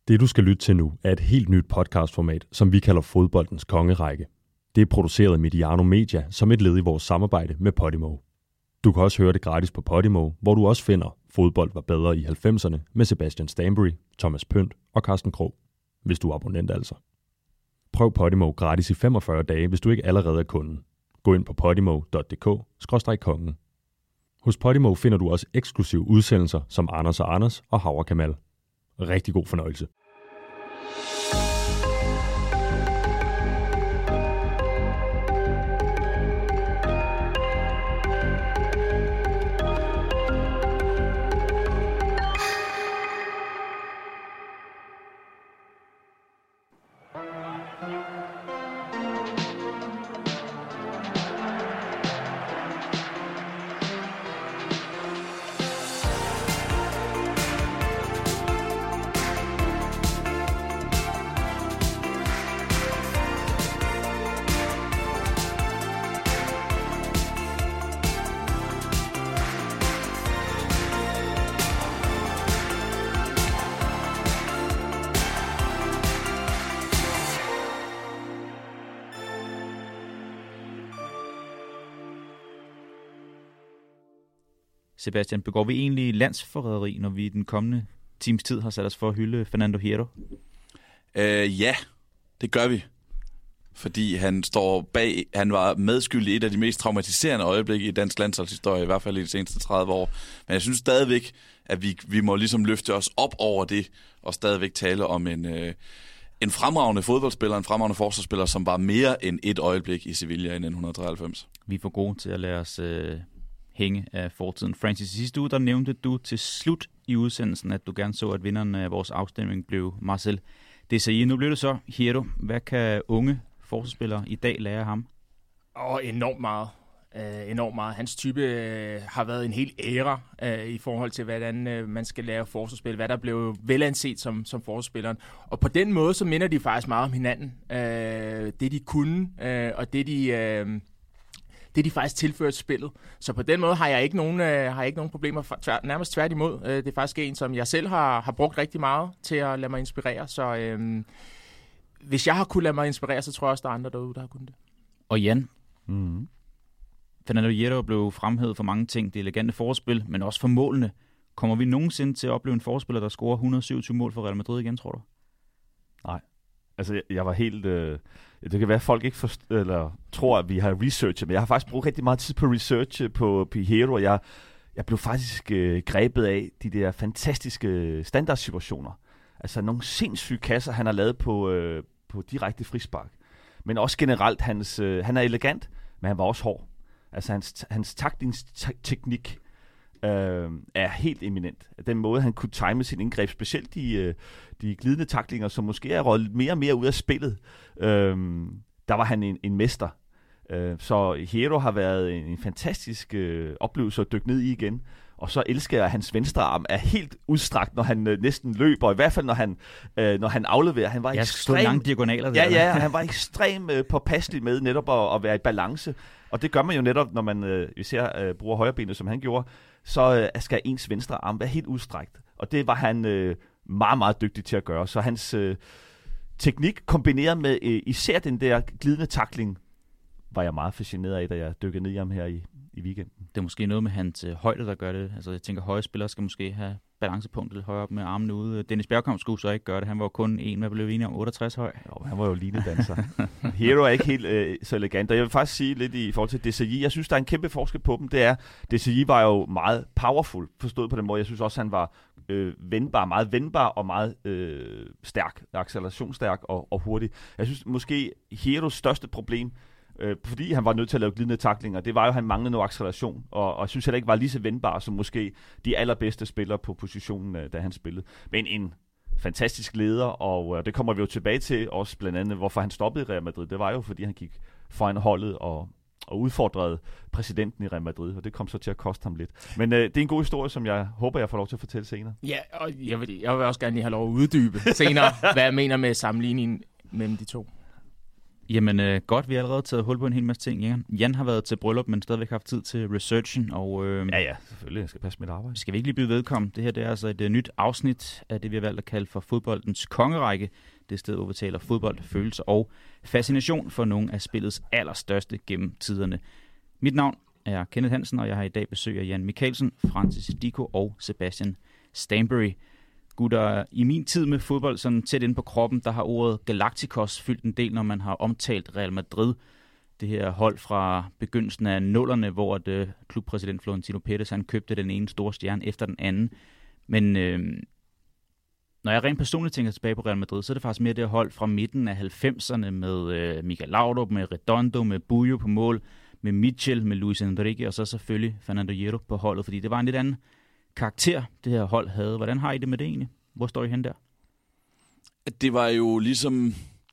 Det, du skal lytte til nu, er et helt nyt podcastformat, som vi kalder Fodboldens Kongerække. Det er produceret af Mediano Media som et led i vores samarbejde med Podimo. Du kan også høre det gratis på Podimo, hvor du også finder Fodbold var bedre i 90'erne med Sebastian Stanbury, Thomas Pønt og Carsten Krog, hvis du er abonnent altså. Prøv Podimo gratis i 45 dage, hvis du ikke allerede er kunden. Gå ind på podimo.dk/kongen. Hos Podimo finder du også eksklusive udsendelser som Anders og Anders og Hav og Kamal. Rigtig god fornøjelse. Sebastian, begår vi egentlig landsforræderi, når vi i den kommende times tid har sat os for at hylde Fernando Hierro? Ja, det gør vi. Fordi han var medskyldig i et af de mest traumatiserende øjeblikke i dansk landsholdshistorie, i hvert fald i de seneste 30 år. Men jeg synes stadigvæk, at vi må ligesom løfte os op over det, og stadigvæk tale om en fremragende fodboldspiller, en fremragende forsvarsspiller, som var mere end et øjeblik i Sevilla i 1993. Vi er for gode til at lade os hænge af fortiden. Francis, i sidste uge, der nævnte du til slut i udsendelsen, at du gerne så, at vinderen af vores afstemning blev Marcel Desailly. Nu blev det så Hierro. Hvad kan unge forsvarsspillere i dag lære af ham? Enormt meget. Enormt meget. Hans type har været en hel æra i forhold til, hvordan man skal lære forsvarsspil, hvad der blev velanset som forsvarsspilleren. Og på den måde, så minder de faktisk meget om hinanden. Det de kunne, og det de faktisk tilført spillet. Så på den måde har jeg ikke nogen problemer. Nærmest tværtimod. Det er faktisk en, som jeg selv har brugt rigtig meget til at lade mig inspirere. Så hvis jeg har kunnet lade mig inspirere, så tror jeg også, der er andre derude, der har kunnet det. Og Jan, Fernando Hierro blev fremhævet for mange ting. Det elegante forspil, men også for målene. Kommer vi nogensinde til at opleve en forspiller, der scorer 127 mål for Real Madrid igen, tror du? Nej. Altså, jeg var helt... det kan være, at folk ikke tror, at vi har researchet, men jeg har faktisk brugt rigtig meget tid på research på Hierro. Jeg blev faktisk grebet af de der fantastiske standardsituationer. Altså, nogle sindssyge kasser, han har lavet på direkte frispark. Men også generelt, han er elegant, men han var også hård. Altså, hans taktingsteknik er helt eminent. Den måde, han kunne time sin indgreb, specielt de glidende tacklinger, som måske er røget mere og mere ud af spillet, der var han en mester. Så Hierro har været en fantastisk oplevelse at dykke ned i igen. Og så elsker jeg, at hans venstre arm er helt udstrakt, når han næsten løber. I hvert fald, når han afleverer. Han var ekstremt lange diagonaler. Ja, han var ekstremt påpasselig med netop at være i balance. Og det gør man jo netop, når man især bruger højrebenet, som han gjorde. Så skal ens venstre arm være helt udstrakt. Og det var han meget, meget dygtig til at gøre. Så hans teknik kombineret med især den der glidende tackling, var jeg meget fascineret af, da jeg dykkede ned i ham her i weekenden. Det er måske noget med hans højde, der gør det. Altså, jeg tænker, høje spillere skal måske have balancepunktet lidt højere op med armene ude. Dennis Bergkamp skulle så ikke gøre det. Han var kun hvad blev enige om, 68 høj. Jo, han var jo linedanser. Hierro er ikke helt så elegant. Og jeg vil faktisk sige lidt i forhold til Desailly. Jeg synes, der er en kæmpe forskel på dem. Det er, Desailly var jo meget powerful, forstået på den måde. Jeg synes også, han var meget vendbar og meget stærk, accelerationsstærk og hurtig. Jeg synes måske, Hierros største problem, fordi han var nødt til at lave glidende tacklinger, det var jo, at han manglede noget acceleration, og jeg synes heller ikke var lige så vendbar som måske de allerbedste spillere på positionen, da han spillede. Men en fantastisk leder, og det kommer vi jo tilbage til, også blandt andet, hvorfor han stoppede i Real Madrid. Det var jo, fordi han gik foran holdet og udfordrede præsidenten i Real Madrid, og det kom så til at koste ham lidt. Men det er en god historie, som jeg håber, jeg får lov til at fortælle senere. Ja, og jeg vil også gerne lige have lov at uddybe senere, hvad jeg mener med sammenligningen mellem de to. Jamen godt, vi har allerede taget hul på en hel masse ting. Jan har været til bryllup, men stadigvæk haft tid til researchen. Og, Ja, selvfølgelig. Jeg skal passe mit arbejde. Skal vi ikke lige blive vedkommen? Det her det er altså et nyt afsnit af det, vi har valgt at kalde for fodboldens kongerække. Det er stedet, hvor vi taler fodbold, følelser og fascination for nogle af spillets allerstørste gennem tiderne. Mit navn er Kenneth Hansen, og jeg har i dag besøg af Jan Mikkelsen, Francis Dicko og Sebastian Stanbury. Gutter, i min tid med fodbold sådan tæt inde på kroppen, der har ordet Galacticos fyldt en del, når man har omtalt Real Madrid. Det her hold fra begyndelsen af 00'erne, hvor klubpræsident Florentino Pérez han købte den ene store stjerne efter den anden. Men når jeg rent personligt tænker tilbage på Real Madrid, så er det faktisk mere det hold fra midten af 90'erne med Mikel Laudrup, med Redondo, med Buyo på mål, med Mitchell, med Luis Enrique og så selvfølgelig Fernando Hierro på holdet, fordi det var en lidt anden karakter, det her hold havde. Hvordan har I det med det egentlig? Hvor står I hen der? Det var jo ligesom...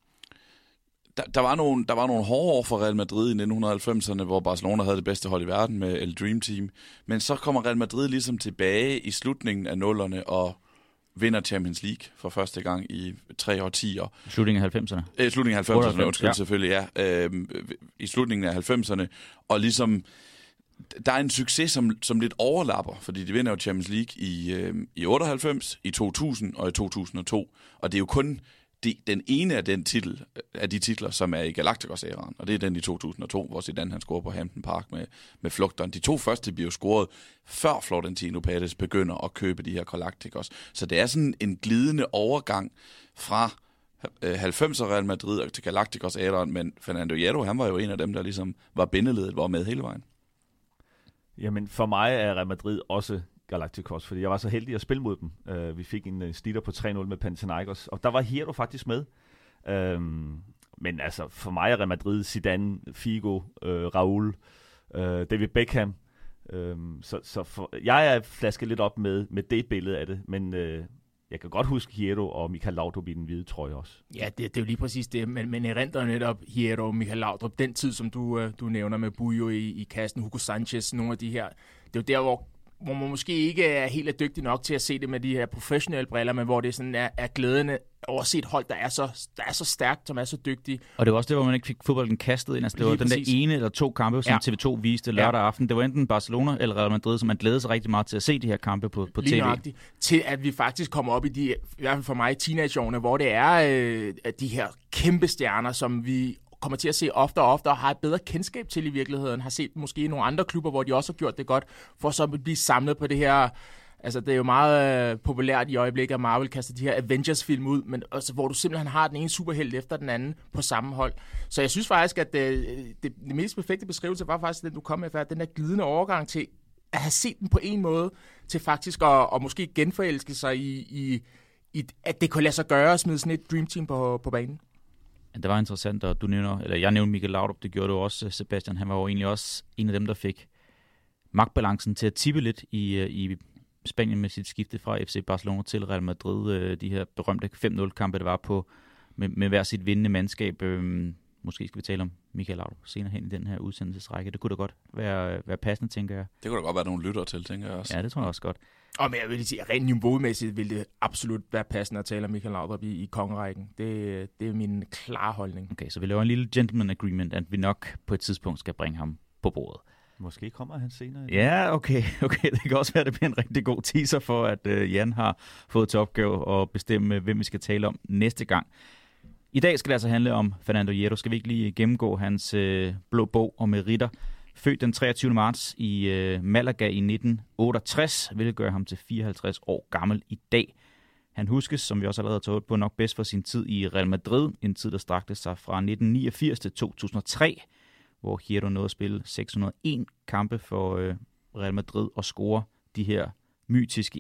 Der var nogle hårde år for Real Madrid i 1990'erne, hvor Barcelona havde det bedste hold i verden med El Dream Team. Men så kommer Real Madrid ligesom tilbage i slutningen af 00'erne og vinder Champions League for første gang i 3 årtier. Slutningen af 90'erne? Slutningen af 90'erne, undskyld, selvfølgelig, ja. I slutningen af 90'erne. Og ligesom... Der er en succes, som lidt overlapper, fordi de vinder jo Champions League i 98, i 2000 og i 2002. Og det er jo kun den ene af de titler, som er i Galacticos-æraen, og det er den i 2002, hvor Zidane han scorer på Hampden Park med flugteren. De 2 første bliver jo scoret, før Florentino Pérez begynder at købe de her Galacticos. Så det er sådan en glidende overgang fra 90'er Real Madrid til Galacticos-æraen, men Fernando Hierro, han var jo en af dem, der ligesom var bindeledet, var med hele vejen. Jamen, for mig er Real Madrid også Galacticos, fordi jeg var så heldig at spille mod dem. Vi fik en snitter på 3-0 med Panathinaikos, og der var Hierro faktisk med. Men altså, for mig er Real Madrid Zidane, Figo, Raúl, David Beckham. Jeg er flasket lidt op med det billede af det, men jeg kan godt huske Hierro og Mikel Laudrup i den hvide trøje også. Ja, det er jo lige præcis det, men erindrer netop Hierro og Mikel Laudrup, den tid, som du nævner med Buyo i kassen, Hugo Sanchez, nogle af de her. Det er jo der, hvor man måske ikke er helt dygtig nok til at se det med de her professionelle briller, men hvor det sådan er glædende over at se et hold, der er så stærkt, som er så dygtig. Og det var også det, hvor man ikke fik fodbolden kastet ind. Altså, det var den der ene eller 2 kampe, som TV2 viste lørdag aften. Det var enten Barcelona eller Real Madrid, som man glædede sig rigtig meget til at se de her kampe på TV. Lige nøjagtigt. Til at vi faktisk kommer op i de, i hvert fald for mig, teenageårene, hvor det er de her kæmpe stjerner, som vi kommer til at se oftere og oftere, og har et bedre kendskab til i virkeligheden. Har set måske i nogle andre klubber, hvor de også har gjort det godt, for så at blive samlet på det her. Altså, det er jo meget populært i øjeblikket, at Marvel kaster de her Avengers-film ud, men også, hvor du simpelthen har den ene superhelt efter den anden på samme hold. Så jeg synes faktisk, at det mest perfekte beskrivelse var faktisk den, du kom med, den der glidende overgang til at have set den på en måde, til faktisk at måske genforelske sig i at det kunne lade sig gøre at smide sådan et Dream Team på banen. Det var interessant, og jeg nævnte Mikel Laudrup, det gjorde du også, Sebastian. Han var jo egentlig også en af dem, der fik magtbalancen til at tippe lidt i Spanien med sit skifte fra FC Barcelona til Real Madrid. De her berømte 5-0-kampe, der var på med hver sit vindende mandskab. Måske skal vi tale om Mikel Laudrup senere hen i den her udsendelsesrække. Det kunne da godt være passende, tænker jeg. Det kunne da godt være nogle lyttere til, tænker jeg også. Ja, det tror jeg også godt. Og men jeg vil sige, rent niveaumæssigt vil det absolut være passende at tale om Mikel Laudrup i kongerækken. Det er min klare holdning. Okay, så vi laver en lille gentleman agreement, at vi nok på et tidspunkt skal bringe ham på bordet. Måske kommer han senere. Ja, okay. Det kan også være, at det bliver en rigtig god teaser for, at Jan har fået til opgave at bestemme, hvem vi skal tale om næste gang. I dag skal det altså handle om Fernando Hierro. Skal vi ikke lige gennemgå hans blå bog og meritter? Født den 23. marts i Malaga i 1968, hvilket gør ham til 54 år gammel i dag. Han huskes, som vi også allerede har taget på, nok bedst for sin tid i Real Madrid, en tid, der strakte sig fra 1989 til 2003, hvor Hierro nåede at spille 601 kampe for Real Madrid og score de her mytiske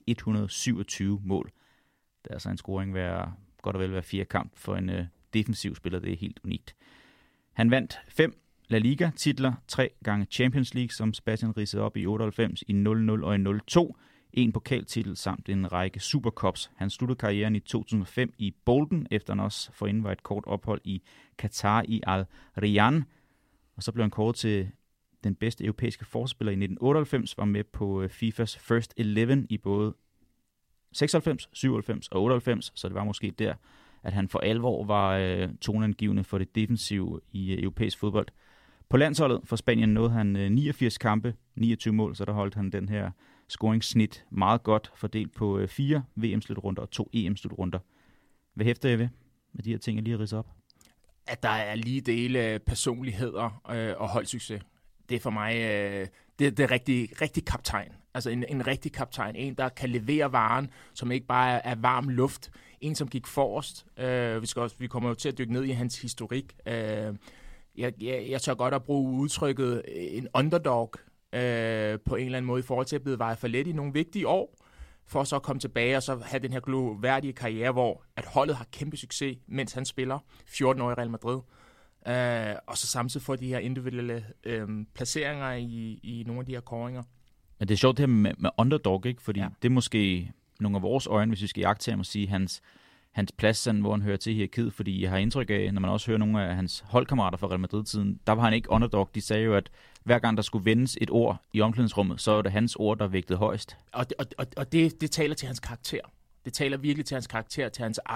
127 mål. Det er altså en scoring godt og vel hver 4 kamp for en defensiv spiller. Det er helt unikt. Han vandt 5 La Liga-titler, 3 gange Champions League, som Sebastian ridsede op i 98, i 00 og i 02. En pokaltitel samt en række Supercups. Han sluttede karrieren i 2005 i Bolton, efter han også forinden var et kort ophold i Qatar i Al Rayyan. Og så blev han kåret til den bedste europæiske forspiller i 1998, var med på FIFAs First 11 i både 96, 97 og 98, så det var måske der, at han for alvor var toneangivende for det defensive i europæisk fodbold. På landsholdet for Spanien nåede han 89 kampe, 29 mål, så der holdt han den her scoringssnit meget godt fordelt på 4 VM-slutrunder og 2 EM-slutrunder. Hvad hæfter jeg ved med de her ting, jeg lige har ridset op? At der er lige dele personligheder og holdsucces. Det er for mig det er rigtig kaptajn. Altså en rigtig kaptajn. En, der kan levere varen, som ikke bare er varm luft. En, som gik forrest. Vi kommer jo til at dykke ned i hans historik. Jeg tør godt at bruge udtrykket en underdog på en eller anden måde i forhold til at blive vejet for let i nogle vigtige år, for så at komme tilbage og så have den her gloværdige karriere, hvor at holdet har kæmpe succes, mens han spiller 14 år i Real Madrid. Og så samtidig får de her individuelle placeringer i nogle af de her kåringer. Men det er sjovt det her med underdog, ikke? Fordi det er måske nogle af vores øjne, hvis vi skal jagte ham og sige, hans plads, sådan, hvor han hører til hierarkiet, fordi jeg har indtryk af, når man også hører nogle af hans holdkammerater fra Real Madrid-tiden, der var han ikke underdog. De sagde jo, at hver gang der skulle vendes et ord i omklædningsrummet, så var det hans ord, der vægtede højst. Og det taler til hans karakter. Det taler virkelig til hans karakter, til hans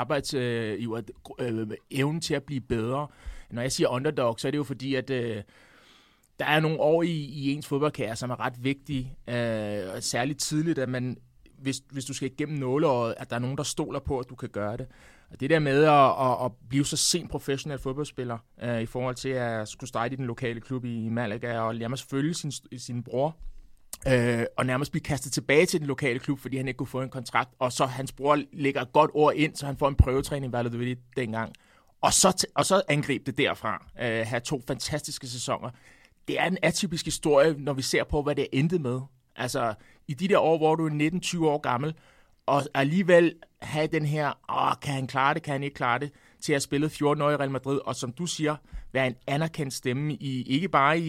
evne til at blive bedre. Når jeg siger underdog, så er det jo fordi, at der er nogle år i ens fodboldkarriere, som er ret vigtige. Særligt tidligt, at man, hvis du skal igennem nåleåret, at der er nogen, der stoler på, at du kan gøre det. Og det der med at blive så sent professionel fodboldspiller, i forhold til at skulle starte i den lokale klub i Malaga, og nærmest følge sin bror, og nærmest blive kastet tilbage til den lokale klub, fordi han ikke kunne få en kontrakt, og så hans bror lægger et godt ord ind, så han får en prøvetræning, Valladolid dengang. Og så angribe det derfra. Have 2 fantastiske sæsoner. Det er en atypisk historie, når vi ser på, hvad det endte med. Altså, i de der år, hvor du er 19-20 år gammel, og alligevel have den her, kan han klare det, kan han ikke klare det, til at have spillet 14 år i Real Madrid, og som du siger, være en anerkendt stemme, ikke bare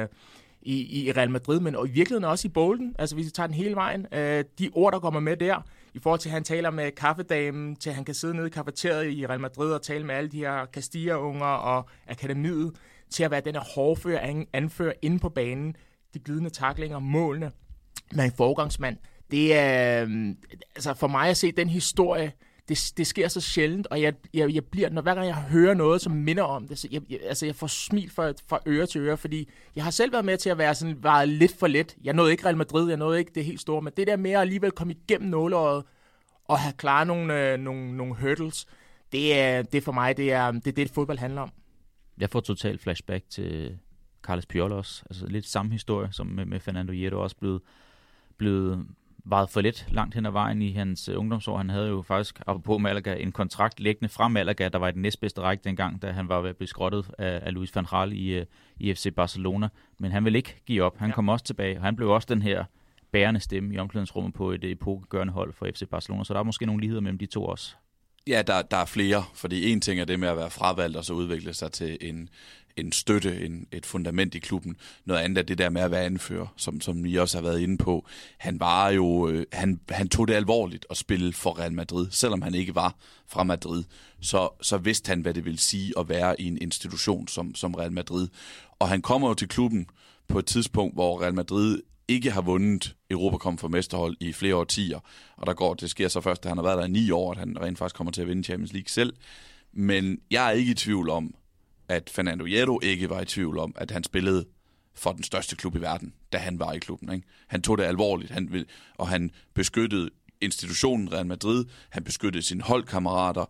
i Real Madrid, men og i virkeligheden også i Bolden. Altså, hvis vi tager den hele vejen. De ord, der kommer med der, i forhold til, at han taler med kaffedamen, til at han kan sidde nede i kafeteriet i Real Madrid og tale med alle de her Castilla-unger og akademiet, til at være den her hårdføre anfører inde på banen, de glidende tacklinger, målene, med en forgangsmand. Det er, altså for mig at se den historie, det sker så sjældent, og jeg bliver, hver gang jeg hører noget, som minder om det, så jeg får smil fra øre til øre, fordi jeg har selv været med til at være lidt for let. Jeg nåede ikke Real Madrid, jeg nåede ikke det helt store, men det der med at alligevel komme igennem nåleåret og have klaret nogle hurdles, det er for mig, det er det, fodbold handler om. Jeg får totalt flashback til Carles Puyol også. Altså lidt samme historie, som med Fernando Hierro også blevet varet for lidt langt hen ad vejen i hans ungdomsår. Han havde jo faktisk, apropos Malaga, en kontrakt liggende fra Malaga, der var i den næstbedste række dengang, da han var ved at blive skrottet af Luis van Gaal i FC Barcelona. Men han ville ikke give op. Han kom også tilbage, og han blev også den her bærende stemme i omklædningsrummet på et epokegørende hold for FC Barcelona. Så der er måske nogle ligheder mellem de to også. Ja, der er flere, fordi en ting er det med at være fravalgt og så udvikle sig til en støtte, et fundament i klubben. Noget andet er det der med at være anfører, som vi også har været inde på. Han var jo, han tog det alvorligt at spille for Real Madrid, selvom han ikke var fra Madrid. Så vidste han, hvad det ville sige at være i en institution som Real Madrid. Og han kommer jo til klubben på et tidspunkt, hvor Real Madrid ikke har vundet Europacup for mesterhold i flere årtier. Og det sker så først, da han har været der i 9 år, at han rent faktisk kommer til at vinde Champions League selv. Men jeg er ikke i tvivl om, at Fernando Hierro ikke var i tvivl om, at han spillede for den største klub i verden, da han var i klubben. Ikke? Han tog det alvorligt, og han beskyttede institutionen Real Madrid, han beskyttede sine holdkammerater,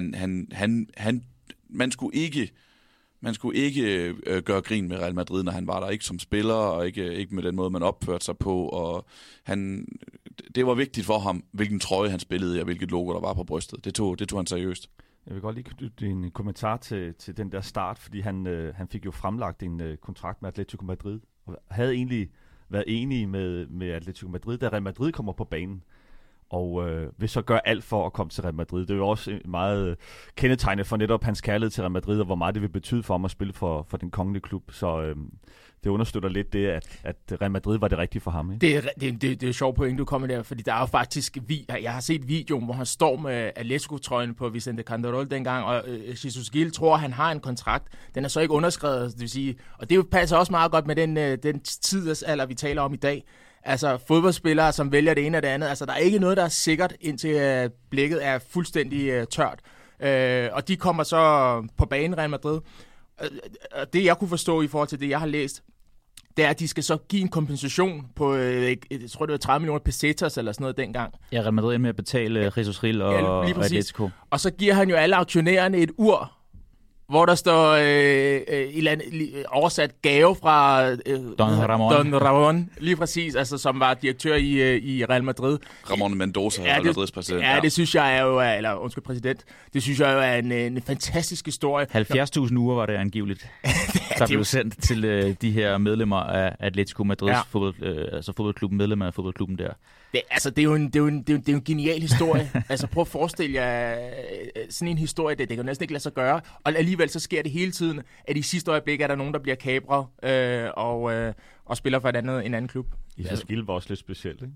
man skulle ikke gøre grin med Real Madrid, når han var der, ikke som spiller, og ikke med den måde, man opførte sig på, og det var vigtigt for ham, hvilken trøje han spillede, og hvilket logo der var på brystet. Det tog han seriøst. Jeg vil godt lige knytte en kommentar til den der start, fordi han fik jo fremlagt en kontrakt med Atletico Madrid, og havde egentlig været enig med Atletico Madrid, da Real Madrid kommer på banen, og vil så gøre alt for at komme til Real Madrid. Det er jo også meget kendetegnet for netop hans kærlighed til Real Madrid, og hvor meget det vil betyde for ham at spille for den kongelige klub. Så det understøtter lidt det, at Real Madrid var det rigtige for ham. Ikke? Det er sjovt point, du kommer der, fordi der er jo faktisk, jeg har set videoen, hvor han står med Atletico-trøjen på Vicente Calderol dengang, og Jesus Gil tror, han har en kontrakt. Den er så ikke underskrevet, det vil sige, og det passer også meget godt med den tidsalder, vi taler om i dag. Altså fodboldspillere, som vælger det ene og det andet. Altså der er ikke noget, der er sikkert, indtil blikket er fuldstændig tørt. Og de kommer så på banen, Real Madrid. Det, jeg kunne forstå i forhold til det, jeg har læst, det er, at de skal så give en kompensation på, jeg tror det var 30 millioner pesetas eller sådan noget dengang. Ja, Real Madrid med at betale Jesus Ril og Atletico. Og så giver han jo alle aktionærerne et ur, hvor der står oversat gave fra Don Ramon, lige præcis, altså, som var direktør i Real Madrid. Ramon Mendoza, Real Madrids præsident. Ja, det synes jeg er jo, præsident. Det synes jeg jo er en fantastisk historie. 70.000 uger var det angiveligt, der blev sendt til de her medlemmer af Atletico Madrids fodboldklubben, medlemmer af fodboldklubben der. Det er jo en genial historie. Altså prøv at forestille jer sådan en historie, det kan næsten ikke lade sig gøre. Og alligevel så sker det hele tiden, at i sidste øjeblik er der nogen, der bliver kapret og spiller for en anden klub. Isak var også lidt specielt, ikke?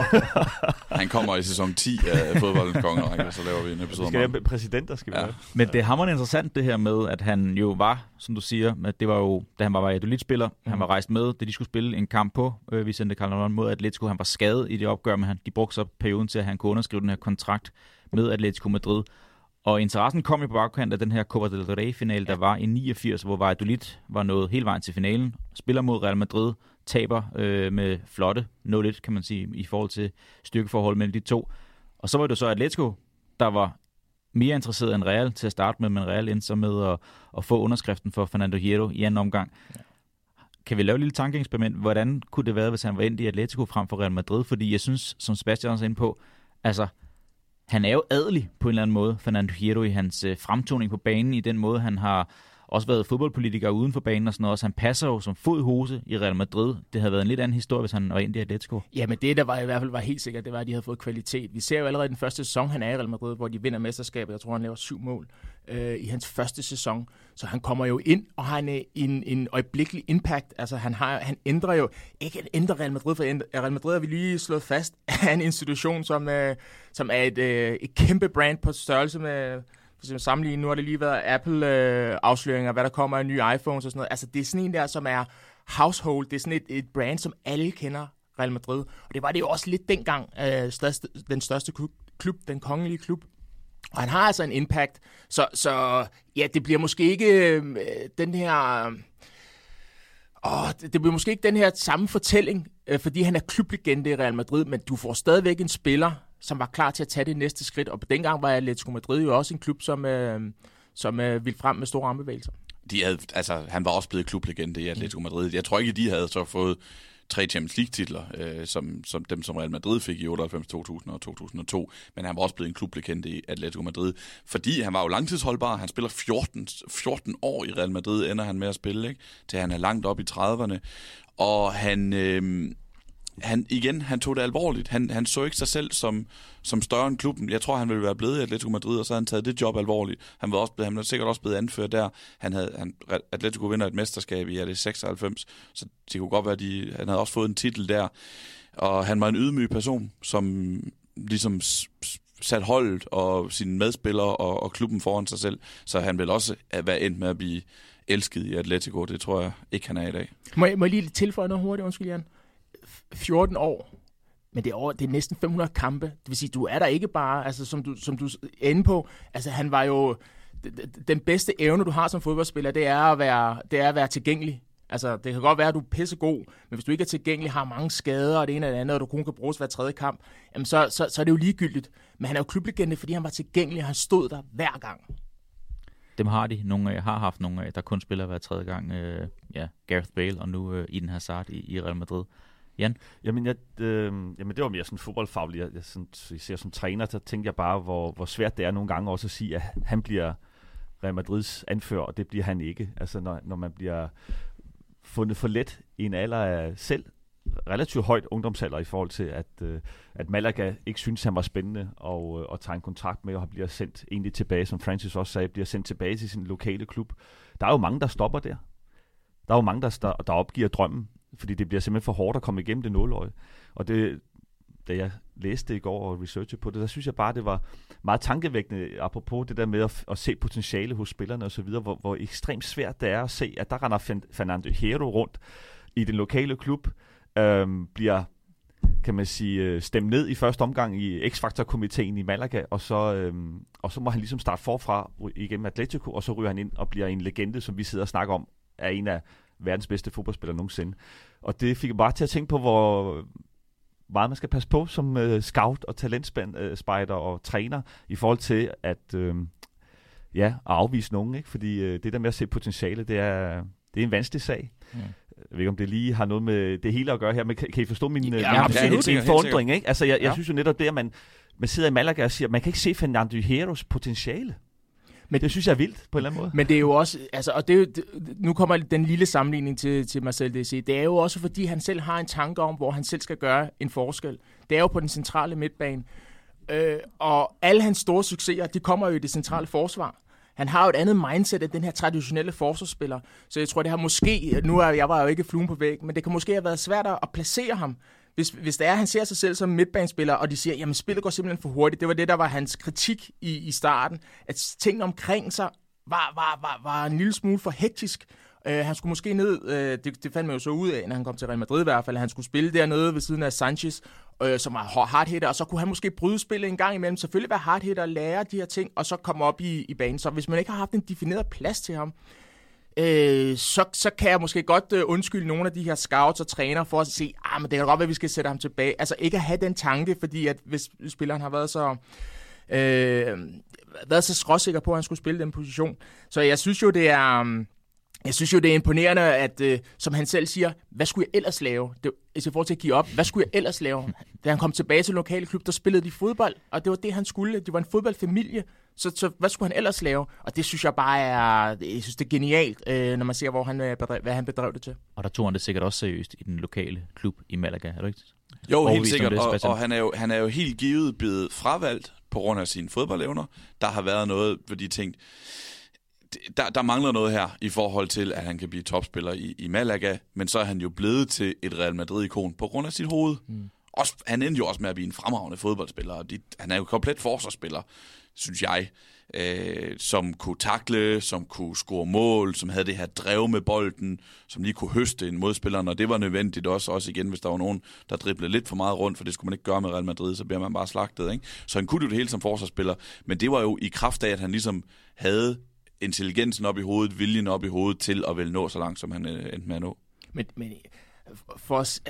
Han kommer i sæson 10 af fodboldens kongerække, så laver vi en episode. Skal være præsident, der skal være. Men det er hammerende interessant det her med, at han jo var, som du siger, at det var jo, da han var Valladolid-spiller, han var rejst med, da de skulle spille en kamp på Vicente Calderón mod Atletico. Han var skadet i det opgør, men de brugte så perioden til, at han kunne underskrive den her kontrakt med Atletico Madrid. Og interessen kom jo på bagkant af den her Copa del Rey-finale, der var i 89, hvor Valladolid var nået hele vejen til finalen, spiller mod Real Madrid, taber med flotte 0-1, kan man sige, i forhold til styrkeforhold mellem de to. Og så var det så Atletico, der var mere interesseret end Real til at starte med, men Real endte så med at få underskriften for Fernando Hierro i anden omgang. Ja. Kan vi lave et lille tankeeksperiment? Hvordan kunne det være, hvis han var endt i Atletico frem for Real Madrid? Fordi jeg synes, som Sebastian også er inde på, altså, han er jo adelig på en eller anden måde, Fernando Hierro, i hans fremtoning på banen, i den måde, han har også været fodboldpolitiker uden for banen og sådan noget. Han passer jo som fod i hose i Real Madrid. Det havde været en lidt anden historie, hvis han var ind i Atletico. Ja, men det, der var i hvert fald var helt sikkert, det var, at de havde fået kvalitet. Vi ser jo allerede den første sæson, han er i Real Madrid, hvor de vinder mesterskabet. Jeg tror, han laver 7 mål i hans første sæson. Så han kommer jo ind og har en øjeblikkelig impact. Altså, han ændrer jo ikke Real Madrid, for Real Madrid har vi lige slået fast af en institution, som er et kæmpe brand på størrelse med... Sammenlignet, nu har det lige været Apple-afsløringer, hvad der kommer af nye iPhones og sådan noget. Altså, det er sådan en der, som er household. Det er sådan et brand, som alle kender, Real Madrid. Og det var det jo også lidt dengang, den største klub, den kongelige klub. Og han har altså en impact. Så ja, det bliver måske ikke den her... det bliver måske ikke den her samme fortælling, fordi han er klublegende i Real Madrid, men du får stadigvæk en spiller, som var klar til at tage det næste skridt. Og på dengang var Atletico Madrid jo også en klub, som ville frem med store armbevægelser. Han var også blevet klublegende i Atletico Madrid. Jeg tror ikke, de havde så fået 3 Champions League-titler, som dem, som Real Madrid fik i 98, 2000 og 2002. Men han var også blevet en klublegende i Atletico Madrid, fordi han var jo langtidsholdbar. Han spiller 14 år i Real Madrid, ender han med at spille, ikke? Til han er langt op i 30'erne. Og han tog det alvorligt. Han så ikke sig selv som større end klubben. Jeg tror, han ville være blevet i Atletico Madrid, og så havde han taget det job alvorligt. Han var sikkert også blevet anført der. Atletico vinder et mesterskab i 96, så det kunne godt være, at han havde også fået en titel der. Og han var en ydmyg person, som ligesom sat holdet og sine medspillere og klubben foran sig selv. Så han vil også være endt med at blive elsket i Atletico. Det tror jeg ikke, han er i dag. Må jeg lige tilføje noget hurtigt, undskyld Jan? 14 år, men det er næsten 500 kampe. Det vil sige, du er der ikke bare, altså som du er inde på. Altså han var jo den bedste evne, du har som fodboldspiller, det er at være tilgængelig. Altså det kan godt være, at du er pissegod, men hvis du ikke er tilgængelig, har mange skader og det ene og det andet, og du kun kan bruges hver tredje kamp, jamen så er det jo ligegyldigt. Men han er jo klublegende, fordi han var tilgængelig, og han stod der hver gang. Dem har de. Nogle har haft nogle, der kun spiller hver tredje gang. Gareth Bale og nu Eden Hazard i Real Madrid. Jan? Jamen det var mere sådan fodboldfagligt. Jeg ser som træner, så tænkte jeg bare, hvor svært det er nogle gange også at sige, at han bliver Real Madrids anfører, og det bliver han ikke. Altså når man bliver fundet for let i en alder af selv relativt højt ungdomsalder i forhold til, at Malaga ikke synes, han var spændende og tager en kontrakt med og bliver sendt egentlig tilbage, som Francis også sagde, bliver sendt tilbage til sin lokale klub. Der er jo mange, der stopper der. Der er jo mange, der opgiver drømmen, fordi det bliver simpelthen for hårdt at komme igennem det nåløje. Og det, da jeg læste det i går og researchede på det, der synes jeg bare, det var meget tankevækkende, apropos det der med at se potentiale hos spillerne og så videre, hvor ekstremt svært det er at se, at der render Fernando Hierro rundt i den lokale klub, bliver kan man sige, stemme ned i første omgang i X-Factor-komiteen i Malaga, og så må han ligesom starte forfra igennem Atletico, og så ryger han ind og bliver en legende, som vi sidder og snakker om, er en af verdens bedste fodboldspillere nogensinde. Og det fik jeg bare til at tænke på, hvor meget man skal passe på som scout og talentspejder og træner, i forhold til at afvise nogen, ikke? Fordi det der med at se potentiale, det er en vanskelig sag. Mm. Jeg ved ikke, om det lige har noget med det hele at gøre her, men kan I forstå min forundring, ikke? Altså, jeg synes jo netop det, at man sidder i Malaga og siger, at man kan ikke se Fernando Hierros potentiale. Men det synes jeg er vildt, på en eller anden måde. Men det er jo også, altså, og nu kommer den lille sammenligning til Marcel Desailly. Det er jo også, fordi han selv har en tanke om, hvor han selv skal gøre en forskel. Det er jo på den centrale midtbane. Og alle hans store succeser, de kommer jo i det centrale forsvar. Han har jo et andet mindset af den her traditionelle forsvarsspiller. Så jeg tror, det har måske, jeg var jo ikke fluen på væggen, men det kan måske have været svært at placere ham. Hvis det er, han ser sig selv som midtbanespiller, og de siger, jamen spillet går simpelthen for hurtigt. Det var det, der var hans kritik i starten. At tingene omkring sig var en lille smule for hektisk. Han skulle måske ned, det fandt man jo så ud af, når han kom til Real Madrid i hvert fald, at han skulle spille dernede ved siden af Sanchez, som var hardhitter, og så kunne han måske bryde spillet en gang imellem. Selvfølgelig være hardhitter og lære de her ting, og så komme op i banen. Så hvis man ikke har haft en defineret plads til ham, så kan jeg måske godt undskylde nogle af de her scouts og træner for at sige, men det kan godt være, at vi skal sætte ham tilbage. Altså ikke at have den tanke, fordi at hvis spilleren har været så skråsikker på, at han skulle spille den position. Så jeg synes jo, det er imponerende, at, som han selv siger, hvad skulle jeg ellers lave? I forhold til at give op, hvad skulle jeg ellers lave? Da han kom tilbage til lokale klub, der spillede de fodbold, og det var det, han skulle. Det var en fodboldfamilie, så hvad skulle han ellers lave? Og det synes jeg bare jeg synes det er genialt, når man ser, hvad han bedrev det til. Og der tog han det sikkert også seriøst i den lokale klub i Malaga, er du ikke? Jo, helt sikkert, og han er jo helt givet blevet fravalgt på grund af sine fodboldevner. Der har været noget, hvor de tænkte, der mangler noget her i forhold til, at han kan blive topspiller i Malaga, men så er han jo blevet til et Real Madrid-ikon på grund af sit hoved. Mm. Han endte jo også med at blive en fremragende fodboldspiller. Han er jo komplet forsvarsspiller, synes jeg, som kunne takle, som kunne score mål, som havde det her drev med bolden, som lige kunne høste en modspiller, når det var nødvendigt også igen, hvis der var nogen, der driblede lidt for meget rundt, for det skulle man ikke gøre med Real Madrid, så bliver man bare slagtet, ikke? Så han kunne jo det hele som forsvarsspiller, men det var jo i kraft af, at han ligesom havde intelligensen op i hovedet, viljen op i hovedet til at vel nå så langt, som han endte med at nå. Men for os,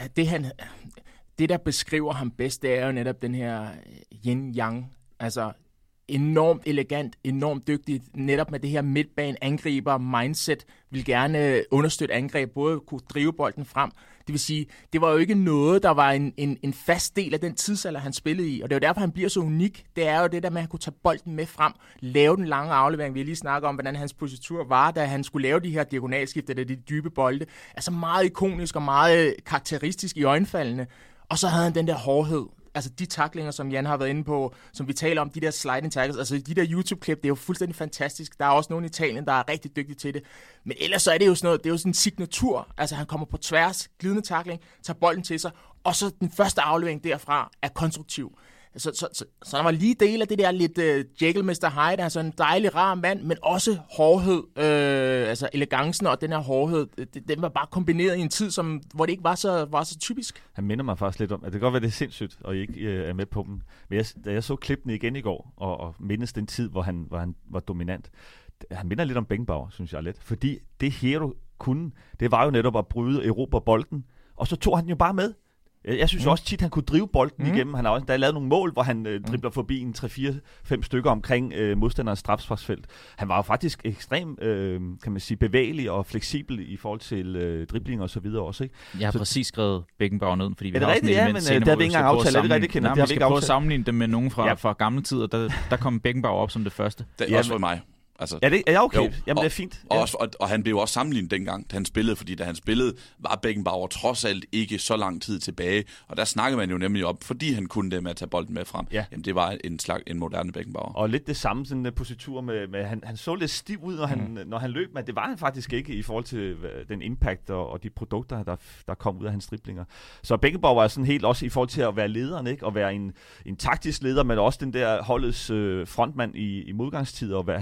det der beskriver ham bedst, det er jo netop den her yin-yang, altså enormt elegant, enormt dygtig, netop med det her midtbane-angriber mindset, vil gerne understøtte angreb, både kunne drive bolden frem. Det vil sige, det var jo ikke noget, der var en fast del af den tidsalder, han spillede i, og det er jo derfor, han bliver så unik. Det er jo det der med, at han kunne tage bolden med frem, lave den lange aflevering. Vi har lige snakket om, hvordan hans positur var, da han skulle lave de her diagonalskifter, de dybe bolde. Altså meget ikonisk og meget karakteristisk i øjenfaldene. Og så havde han den der hårdhed. Altså de tacklinger, som Jan har været inde på, som vi taler om, de der sliding tackles, altså de der YouTube-klip, det er jo fuldstændig fantastisk. Der er også nogen i Italien, der er rigtig dygtige til det. Men ellers så er det jo sådan noget, det er jo sådan en signatur. Altså han kommer på tværs, glidende tackling, tager bolden til sig, og så den første aflevering derfra er konstruktiv. Så der var lige del af det der lidt Jekyll Mr. Hyde, altså en dejlig, rar mand, men også hårdhed, altså elegancen og den her hårdhed, den var bare kombineret i en tid, hvor det ikke var så typisk. Han minder mig faktisk lidt om, at det kan godt være, det er sindssygt, og I ikke er med på dem. Men da jeg så klippene igen i går, og mindes den tid, hvor han var dominant, han minder lidt om Beckenbauer, synes jeg lidt. Fordi det Hierro kunne, det var jo netop at bryde Europa bolden, og så tog han den jo bare med. Jeg synes også tit, han kunne drive bolden igennem. Han har også lavet nogle mål, hvor han dribler forbi en 3-4-5 stykker omkring modstanderens strafsparksfelt. Han var jo faktisk ekstremt, kan man sige, bevægelig og fleksibel i forhold til dribling og så videre også, ikke? Jeg har præcis skrevet Beckenbauer ned, fordi vi har også en element scene, det har vi ikke engang aftalt. Er det rigtigt, Kenneth? Vi skal prøve at sammenligne dem med nogen fra gamle tider. Der kom Beckenbauer op som det første. Det er også for mig. Altså, ja, okay. Jo, jamen, det er fint. Ja. Og han blev også sammenlignet dengang, da han spillede, fordi da han spillede, var Beckenbauer trods alt ikke så lang tid tilbage. Og der snakkede man jo nemlig op, fordi han kunne det med at tage bolden med frem. Ja. Jamen, det var en moderne Beckenbauer. Og lidt det samme sådan en positur med han så lidt stiv ud, når han løb, men det var han faktisk ikke i forhold til den impact og de produkter, der kom ud af hans driblinger. Så Beckenbauer var sådan helt også i forhold til at være lederen, ikke? Og være en taktisk leder, men også den der holdets frontmand i modgangstider, og han er robust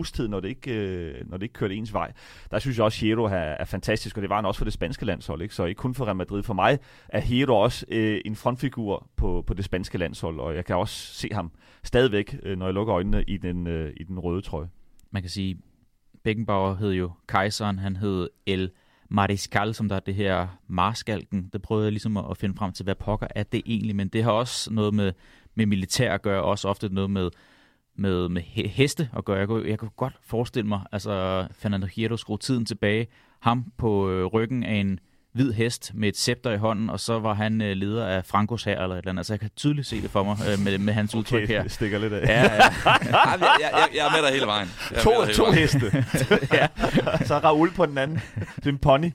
robusthed, når det ikke kørte ens vej. Der synes jeg også, Hierro er fantastisk, og det var han også for det spanske landshold, ikke? Så ikke kun for Real Madrid. For mig er Hierro også en frontfigur på det spanske landshold, og jeg kan også se ham stadigvæk, når jeg lukker øjnene i den røde trøje. Man kan sige, Beckenbauer hed jo kejseren, han hed El Mariscal, som der er det her marskalken. Det prøvede jeg ligesom at finde frem til, hvad pokker er det egentlig, men det har også noget med militær at gøre, også ofte noget med heste at gøre. Jeg kunne godt forestille mig, altså Fernando Hierro skruede tiden tilbage, ham på ryggen af en hvid hest med et scepter i hånden, og så var han leder af Francos hær eller et eller andet. Altså jeg kan tydeligt se det for mig med hans udtryk her. Det stikker lidt af. Ja. Jeg er med dig hele vejen. To heste. Ja. Så Raul på den anden. Det er en pony.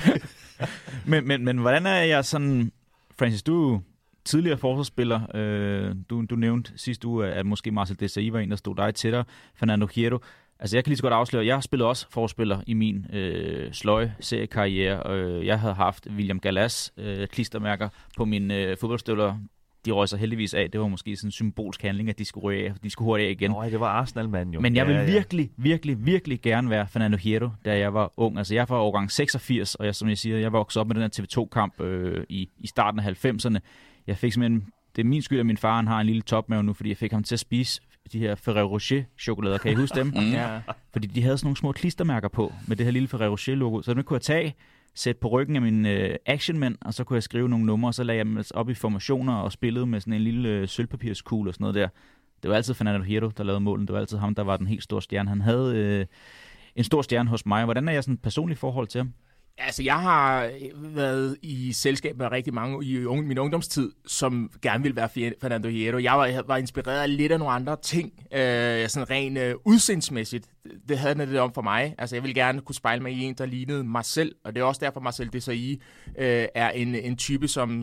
men hvordan er jeg sådan... Francis, du er tidligere forsvarsspiller. Du nævnte sidste uge, at måske Marcel Desailly var en, der stod dig tættere. Fernando Hierro. Altså, jeg kan lige så godt afsløre, jeg har spillet også forspiller i min sløje seriekarriere. Jeg havde haft William Gallas klistermærker på mine fodboldstøvler. De røg sig heldigvis af. Det var måske sådan en symbolsk handling, at de skulle røge af. De skulle hurtigt af igen. Nå, det var Arsenal-mand jo. Men jeg vil virkelig gerne være Fernando Hierro, da jeg var ung. Altså, jeg var årgang 86, og som jeg siger, jeg voksede op med den her TV2-kamp i starten af 90'erne. Jeg fik simpelthen... Det er min skyld, at min far har en lille topmave nu, fordi jeg fik ham til at spise de her Ferrero Rocher-chokolader. Kan I huske dem? Ja. Fordi de havde sådan nogle små klistermærker på med det her lille Ferrero Rocher-logo. Så dem kunne jeg tage, sætte på ryggen af min actionmænd, og så kunne jeg skrive nogle numre, og så lagde jeg dem op i formationer og spillede med sådan en lille sølvpapirskugle og sådan noget der. Det var altid Fernando Hierro, der lavede målen. Det var altid ham, der var den helt store stjerne. Han havde en stor stjerne hos mig. Hvordan er jeg sådan et personligt forhold til ham? Altså, jeg har været i selskab med rigtig mange i min ungdomstid, som gerne ville være Fernando Hierro. Jeg var inspireret af lidt af nogle andre ting, sådan rent udseendsmæssigt. Det havde det lidt om for mig. Altså, jeg ville gerne kunne spejle mig i en, der lignede mig selv, og det er også derfor, Marcel Desailly er en type, som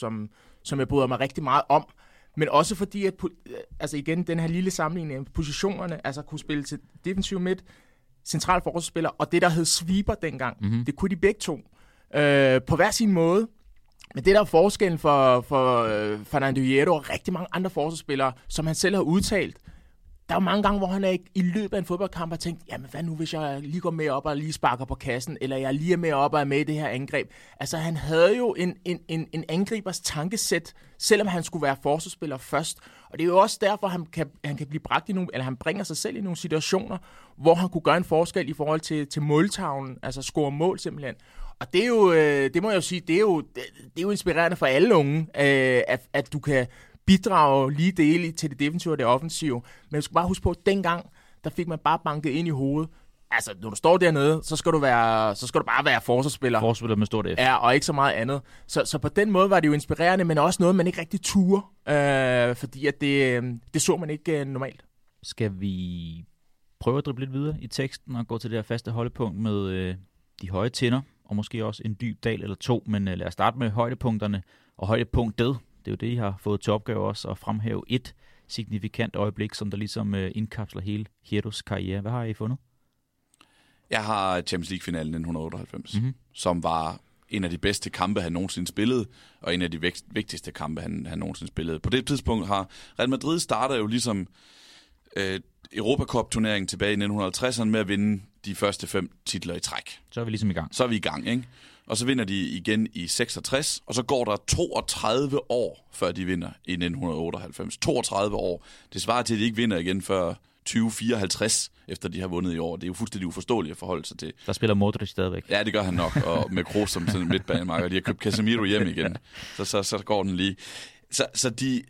jeg bryder mig rigtig meget om. Men også fordi, at altså igen, den her lille sammenligning af positionerne, altså kunne spille til defensiv midt, central forsvarsspiller, og det, der hed sweeper dengang. Mm-hmm. Det kunne de begge to. På hver sin måde. Men det, der er forskellen for Fernando Hierro og rigtig mange andre forsvarsspillere, som han selv har udtalt, der er jo mange gange, hvor han er i løbet af en fodboldkamp har tænkt, jamen hvad nu, hvis jeg lige går med op og lige sparker på kassen, eller jeg lige er med op og er med i det her angreb. Altså han havde jo en angribers tankesæt, selvom han skulle være forsvarsspiller først. Og det er jo også derfor, han kan blive bragt i nogle, eller han bringer sig selv i nogle situationer, hvor han kunne gøre en forskel i forhold til måltavlen, altså score mål simpelthen. Og det er jo, det må jeg jo sige, det er jo inspirerende for alle unge, at du kan bidrage lige dele til det defensive og det offensive. Men jeg skal bare huske på, at dengang, der fik man bare banket ind i hovedet. Altså, når du står dernede, så skal du bare være forsvarsspiller. Forsvarsspiller med stort F. Ja, og ikke så meget andet. Så på den måde var det jo inspirerende, men også noget, man ikke rigtig turde. Fordi at det så man ikke normalt. Skal vi prøve at drible lidt videre i teksten og gå til det her faste holdepunkt med de høje tinder, og måske også en dyb dal eller to, men lad os starte med højdepunkterne og højdepunktet. Det er jo det, I har fået til opgave også at fremhæve et signifikant øjeblik, som der ligesom indkapsler hele Hierros karriere. Hvad har I fundet? Jeg har Champions League-finalen 1998, som var en af de bedste kampe, han nogensinde spillede, og en af de vigtigste kampe, han nogensinde spillede. På det tidspunkt har Real Madrid startet jo ligesom Europacup-turneringen tilbage i 1950'erne med at vinde de første 5 titler i træk. Så er vi ligesom i gang. Så er vi i gang, ikke? Og så vinder de igen i 66, og så går der 32 år, før de vinder i 1998. 32 år. Det svarer til, at de ikke vinder igen før 2054, efter de har vundet i år. Det er jo fuldstændig uforståeligt at forholde sig til. Der spiller Modric stadigvæk. Ja, det gør han nok, og med Kroos som sådan en midtbanemarker. De har købt Casemiro hjem igen, så går den lige. Så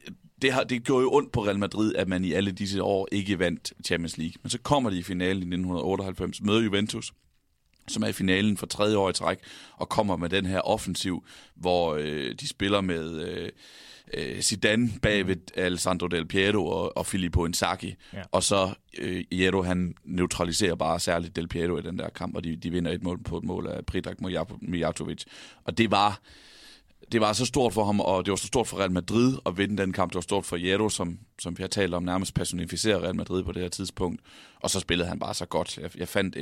det går jo ondt på Real Madrid, at man i alle disse år ikke vandt Champions League. Men så kommer de i finalen i 1998, møder Juventus, som er i finalen for 3. år i træk, og kommer med den her offensiv, hvor de spiller med Zidane bagved Alessandro Del Piero og Filippo Inzaghi. Ja. Og så Hierro, han neutraliserer bare særligt Del Piero i den der kamp, og de vinder et mål på et mål af Predrag Mijatovic. Og det var så stort for ham, og det var så stort for Real Madrid at vinde den kamp. Det var stort for Hierro, som vi har talt om, nærmest personificerer Real Madrid på det her tidspunkt. Og så spillede han bare så godt. Jeg fandt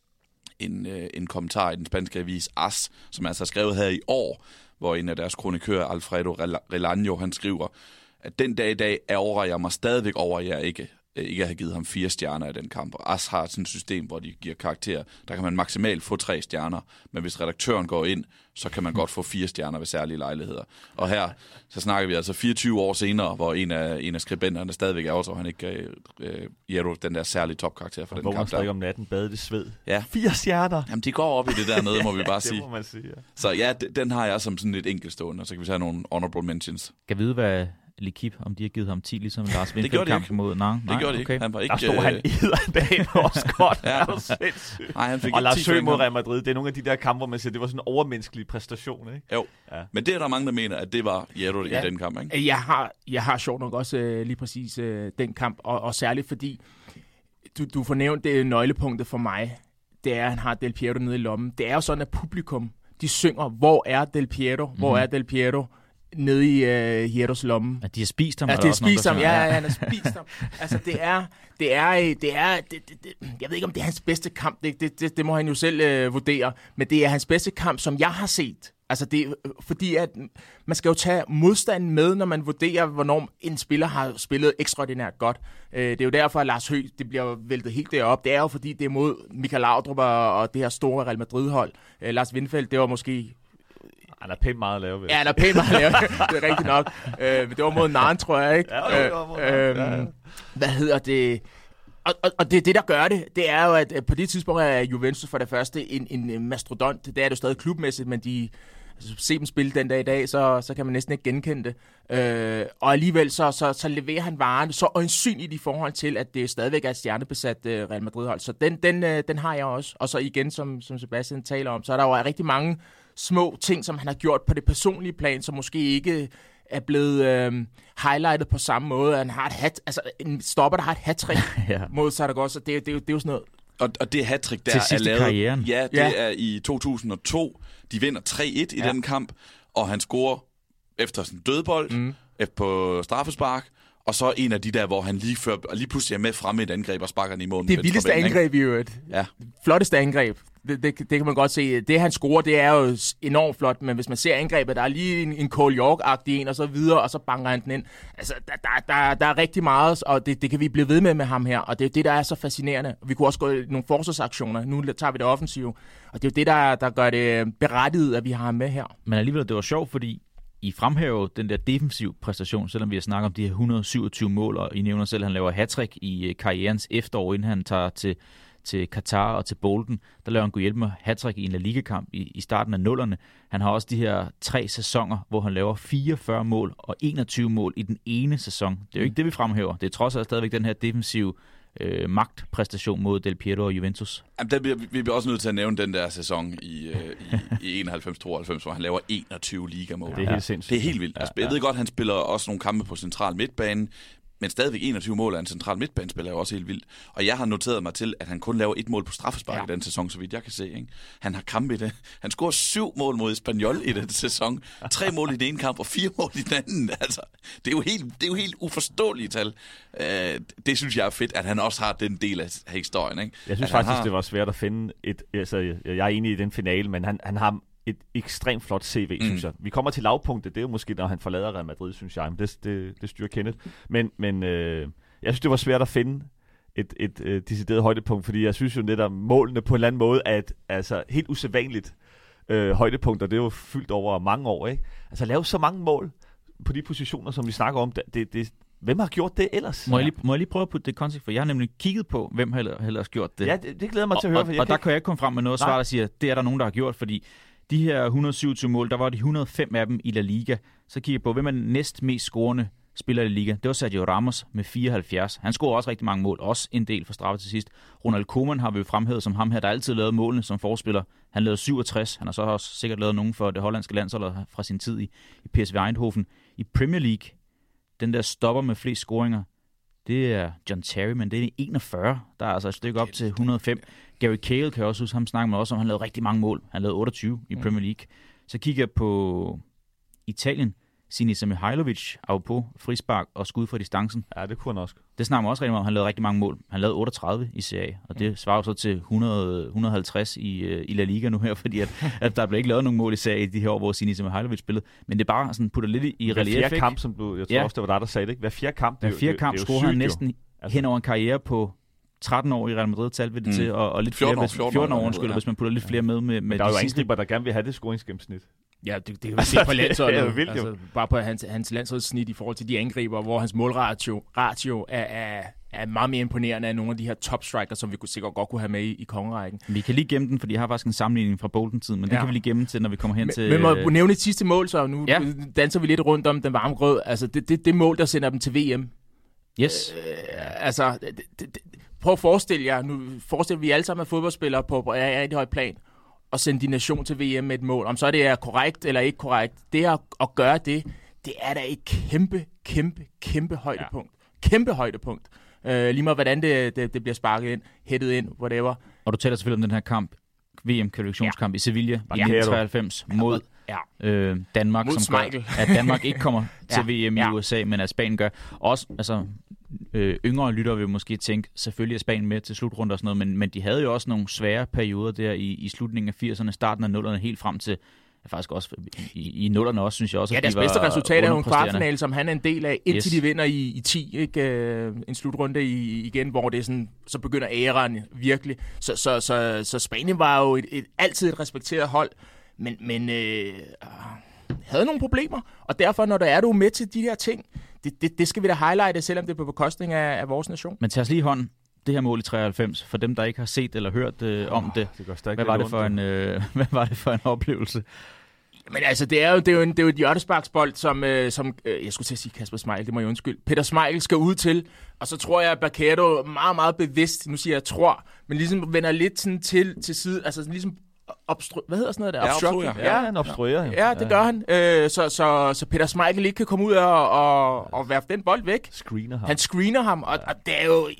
en kommentar i den spanske avis AS, som altså er skrevet her i år, hvor en af deres kronikører, Alfredo Relaño, han skriver, at den dag i dag ærger jeg mig stadigvæk over, at jeg ikke ikke at have givet ham 4 stjerner i den kamp. Og AS har sådan et system, hvor de giver karakterer. Der kan man maksimalt få 3 stjerner, men hvis redaktøren går ind, så kan man godt få 4 stjerner ved særlige lejligheder. Og her, så snakker vi altså 24 år senere, hvor en af skribenterne stadigvæk er også, og han ikke gav Hierro den der særlige topkarakter for den kamp. Hvor man stadig om natten bade det sved. Ja. 4 stjerner! Jamen, de går op i det dernede, må vi bare sige. Det må man sige, ja. Så ja, den har jeg som sådan lidt enkeltstående, og så kan vi tage nogle honorable mentions. Kan vide, hvad L'Equipe, om de har givet ham 10, ligesom Lars Vindfeldt-kampen mod... Nej, det gjorde de ikke. Han var ikke... Der stod han edderbanen også godt. Ja. Nej, han fik og Lars Sø mod Real Madrid, det er nogle af de der kampe, hvor man siger, det var sådan en overmenneskelig præstation, ikke? Jo, ja. Men det er der mange, der mener, at det var Hierro i den kamp, ikke? Jeg har sjovt nok også lige præcis den kamp, og særligt fordi, du får nævnt det nøglepunktet for mig, det er, at han har Del Piero nede i lommen. Det er jo sådan, at publikum, de synger, hvor er Del Piero? Hvor er Del Piero? Nede i Hierros lomme. At de har spist ham? Ja, de har spist ham. Ja, han har spist ham. Altså, det er, jeg ved ikke, om det er hans bedste kamp. Det må han jo selv vurdere. Men det er hans bedste kamp, som jeg har set. Altså, det er fordi, at man skal jo tage modstanden med, når man vurderer, hvornår en spiller har spillet ekstraordinært godt. Det er jo derfor, at Lars Høgh, det bliver væltet helt derop. Det er jo fordi, det er mod Michael Laudrup og det her store Real Madrid-hold. Lars Vindfeldt, det var måske... Han er pænt meget at lave, ved. Ja, han er pænt meget at lave. Det er rigtigt nok. Det var mod Narn, tror jeg, ikke? Ja, det var mod Narn. Hvad hedder det? Og det, der gør det, det er jo, at på det tidspunkt er Juventus for det første en mastodont. Det er det jo stadig klubmæssigt, men se dem spille den dag i dag, så kan man næsten ikke genkende det. Og alligevel så leverer han varen så øjensynligt i forhold til, at det stadigvæk er et stjernebesat Real Madrid-hold. Så den har jeg også. Og så igen, som Sebastian taler om, så er der jo rigtig mange små ting, som han har gjort på det personlige plan, som måske ikke er blevet highlightet på samme måde. Han har en stopper, der har et hat-trick mod Zaragoza. Det er jo sådan noget. Og det hat-trick, der er lavet... karrieren. Ja, det er i 2002. De vinder 3-1 i den kamp, og han scorer efter sådan en dødbold på straffespark. Og så en af de der, hvor han lige pludselig er med fremme i et angreb og sparker den i målen. Det vildeste angreb i øvrigt. Ja. Flotteste angreb. Det kan man godt se. Det han scorer, det er jo enormt flot, men hvis man ser angrebet, der er lige en Cole York-agtig en, og så videre, og så banker han den ind. Altså, der er rigtig meget, og det kan vi blive ved med ham her, og det er det, der er så fascinerende. Vi kunne også gå i nogle forsvarsaktioner. Nu tager vi det offensive, og det er jo det, der gør det berettiget, at vi har ham med her. Men alligevel, det var sjovt, fordi I fremhæver den der defensiv præstation, selvom vi har snakket om de her 127 mål, og I nævner selv, at han laver hat-trick i karrierens efterår, inden han tager til Qatar og til Bolton. Der laver han Guillermo hat-trick i en La Liga-kamp i starten af 0'erne. Han har også de her 3 sæsoner, hvor han laver 44 mål og 21 mål i den ene sæson. Det er jo ikke det, vi fremhæver. Det er trods alt stadigvæk den her defensive magtpræstation mod Del Piero og Juventus. Jamen, vi bliver også nødt til at nævne den der sæson i 91-92, hvor han laver 21 ligamål. Det er helt sindssygt. Det er helt vildt. Altså, jeg ved godt, han spiller også nogle kampe på central midtbane, men stadigvæk 21 mål af en central midtbanespiller er jo også helt vildt. Og jeg har noteret mig til, at han kun laver 1 mål på straffespark i den sæson, så vidt jeg kan se. Ikke? Han har kamp i det. Han scorer 7 mål mod Espanyol i den sæson. 3 mål i den ene kamp og 4 mål i den anden. Altså, det er jo helt uforståelige tal. Det synes jeg er fedt, at han også har den del af historien. Ikke? Jeg synes faktisk, det var svært at finde jeg er enig i den finale, men han har et ekstremt flot CV, synes jeg. Vi kommer til lavpunktet, det er jo måske, når han forlader Real Madrid, synes jeg. Det styrer Kenneth. Men jeg synes, det var svært at finde et decideret højdepunkt, fordi jeg synes jo netop, målene på en eller anden måde er helt usædvanligt højdepunkter. Det er jo fyldt over mange år, ikke? Altså, lave så mange mål på de positioner, som vi snakker om, hvem har gjort det ellers? Må jeg lige prøve at putte det i kontekst, for jeg har nemlig kigget på, hvem har ellers gjort det. Ja, det glæder mig til at høre. Og der kan jeg ikke komme frem med noget svar, der siger, at det er der nogen, der har gjort, fordi de her 127 mål, der var de 105 af dem i La Liga. Så kigger jeg på, hvem er den næst mest scorende spiller i La Liga. Det var Sergio Ramos med 74. Han scorer også rigtig mange mål, også en del for straffe til sidst. Ronald Koeman har vi jo fremhævet som ham her, der altid lavede målene som forspiller. Han lavede 67. Han har så også sikkert lavet nogen for det hollandske landshold fra sin tid i PSV Eindhoven. I Premier League, den der stopper med flest scoringer, det er John Terry, men det er 41. Der er altså et stykke op til 105. Gary Cahill kan jeg også huske, ham snakke med også om, han lavede rigtig mange mål. Han lavede 28 i Premier League. Så kigger jeg på Italien. Sinisa Mihajlovic, på frispark og skud fra distancen. Ja, det kunne han også. Det snakker man også rigtig meget om. Han lavede rigtig mange mål. Han lavede 38 i Serie A, og det svarer så til 150 i La Liga nu her, fordi at der blev ikke lavet nogen mål i Serie A i de her år, hvor Sinisa Mihajlovic spillede. Men det er bare sådan putter lidt i relief. Hver fjerde kamp, som jeg tror også, det var dig, der sagde det, ikke? Hver fjerde kamp, scorer han næsten hen over en karriere på 13 år i Real Madrid, talte vi det til, og lidt 14 år, hvis man putter lidt flere med der er jo angriber, der gerne vil have det scoringsgennemsnit. Ja, det er jo set på landsholdet. Altså, bare på hans landsholdssnit i forhold til de angriber, hvor hans målratio er meget mere imponerende end nogle af de her top striker, som vi sikkert godt kunne have med i kongerækken. Vi kan lige gemme den, fordi jeg har faktisk en sammenligning fra Bolton-tiden, men det kan vi lige gemme til, når vi kommer hen til... Men må nævne et sidste mål, så nu danser vi lidt rundt om den varme grød. Altså, det mål, der sender dem til VM. Yes. Prøv at forestille jer, nu forestiller vi alle sammen er fodboldspillere på et højt plan, og sende din nation til VM med et mål. Om så det er korrekt eller ikke korrekt, det at gøre det er da et kæmpe højdepunkt. Ja. Kæmpe højdepunkt. Lige meget hvordan det bliver sparket ind, hættet ind, whatever. Og du taler selvfølgelig om den her kamp, VM-kvalifikationskamp i Sevilla i 1993 mod Danmark, mod som gør, at Danmark ikke kommer til VM i USA, men at Spanien gør. Også, altså, yngre lyttere vil måske tænke, selvfølgelig er Spanien med til slutrunder og sådan noget, men de havde jo også nogle svære perioder der i slutningen af 80'erne, starten af 0'erne, helt frem til faktisk også i 0'erne også, synes jeg også, at deres bedste resultat er jo en kvartfinale, som han er en del af, indtil de vinder i 10, ikke? En slutrunde igen, hvor det er sådan, så begynder æraen virkelig. Så Spanien var jo altid et respekteret hold, men havde nogle problemer, og derfor, når du med til de her ting, det skal vi da highlighte, selvom det er på bekostning af vores nation. Men tag os lige hånden. Det her mål i 93, for dem, der ikke har set eller hørt om det. Hvad var det for en oplevelse? Men altså, det er jo et hjørnesparksbold, som jeg skulle til at sige Kasper Schmeichel, det må jeg undskylde. Peter Schmeichel skal ud til, og så tror jeg, at Bakero meget, meget bevidst, nu siger jeg tror, men ligesom vender lidt sådan til side, altså ligesom hvad hedder sådan noget der? Obstruer. Ja, han obstruerer. Ja, det gør han. Så Peter Schmeichel ikke kan komme ud og værfe den bold væk. Han screener ham, og det er jo...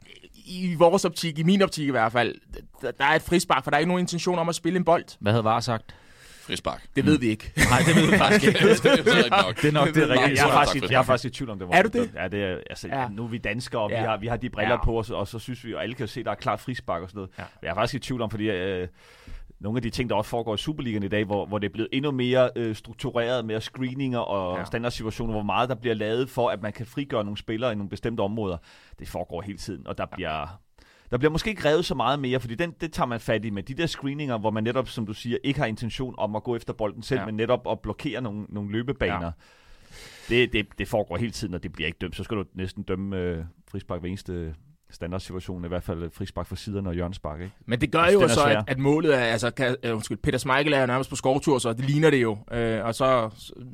I vores optik, i min optik i hvert fald, der er et frispark, for der er ikke nogen intention om at spille en bold. Hvad havde VAR sagt? Frispark. Det ved vi ikke. Nej, det ved vi faktisk ikke. Det er nok det er rigtigt. Jeg er faktisk i tvivl om det. Er du det? Ja, det er, altså, nu er vi danskere, og vi har de briller på, og så synes vi, og alle kan se, der er klart frispark og sådan noget. Ja. Jeg er faktisk i tvivl om, fordi nogle af de ting, der også foregår i Superligaen i dag, hvor det er blevet endnu mere struktureret med screeninger og standardsituationer, hvor meget der bliver lavet for, at man kan frigøre nogle spillere i nogle bestemte områder. Det foregår hele tiden, og der bliver måske ikke revet så meget mere, fordi det tager man fat i med de der screeninger, hvor man netop, som du siger, ikke har intention om at gå efter bolden selv, men netop at blokere nogle løbebaner. Ja. Det foregår hele tiden, og det bliver ikke dømt. Så skal du næsten dømme frispark ved eneste standardsituation, i hvert fald frispark for siderne og hjørnespark, ikke? Men det gør jo så, at målet er, altså, Peter Schmeichel er jo nærmest på skovtur, så det ligner det jo. Og så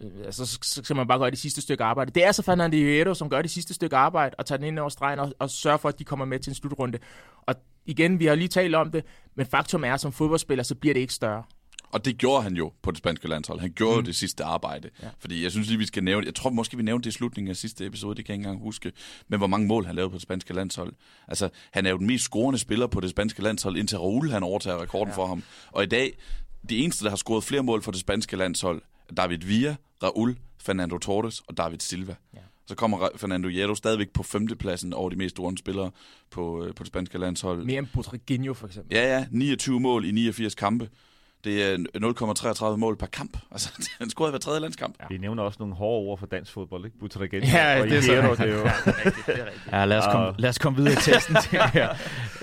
skal man bare gøre det sidste stykke arbejde. Det er så Fernando Hierro, som gør det sidste stykke arbejde, og tager den ind over stregen og sørger for, at de kommer med til en slutrunde. Og igen, vi har lige talt om det, men faktum er, som fodboldspiller, så bliver det ikke større. Og det gjorde han jo på det spanske landshold. Han gjorde jo det sidste arbejde. Ja. Fordi jeg synes lige, vi skal nævne... Jeg tror måske, vi nævnte det i slutningen af sidste episode, det kan jeg ikke engang huske. Men hvor mange mål han lavede på det spanske landshold. Altså, han er jo den mest scorende spiller på det spanske landshold, indtil Raúl han overtager rekorden for ham. Og i dag, de eneste, der har scoret flere mål for det spanske landshold, er David Villa, Raúl, Fernando Torres og David Silva. Ja. Så kommer Fernando Hierro stadigvæk på 5. pladsen over de mest scorende spillere på det spanske landshold. Mere end Butragueño for eksempel. Ja, 29 mål i 89 kampe. Det er 0,33 mål per kamp. Altså, han scorede hver tredje landskamp. Ja. Vi nævner også nogle hårde ord for dansk fodbold, ikke? Butragueño. Ja, det er så rigtigt. Det er rigtigt. Ja, lad os komme videre i testen til her.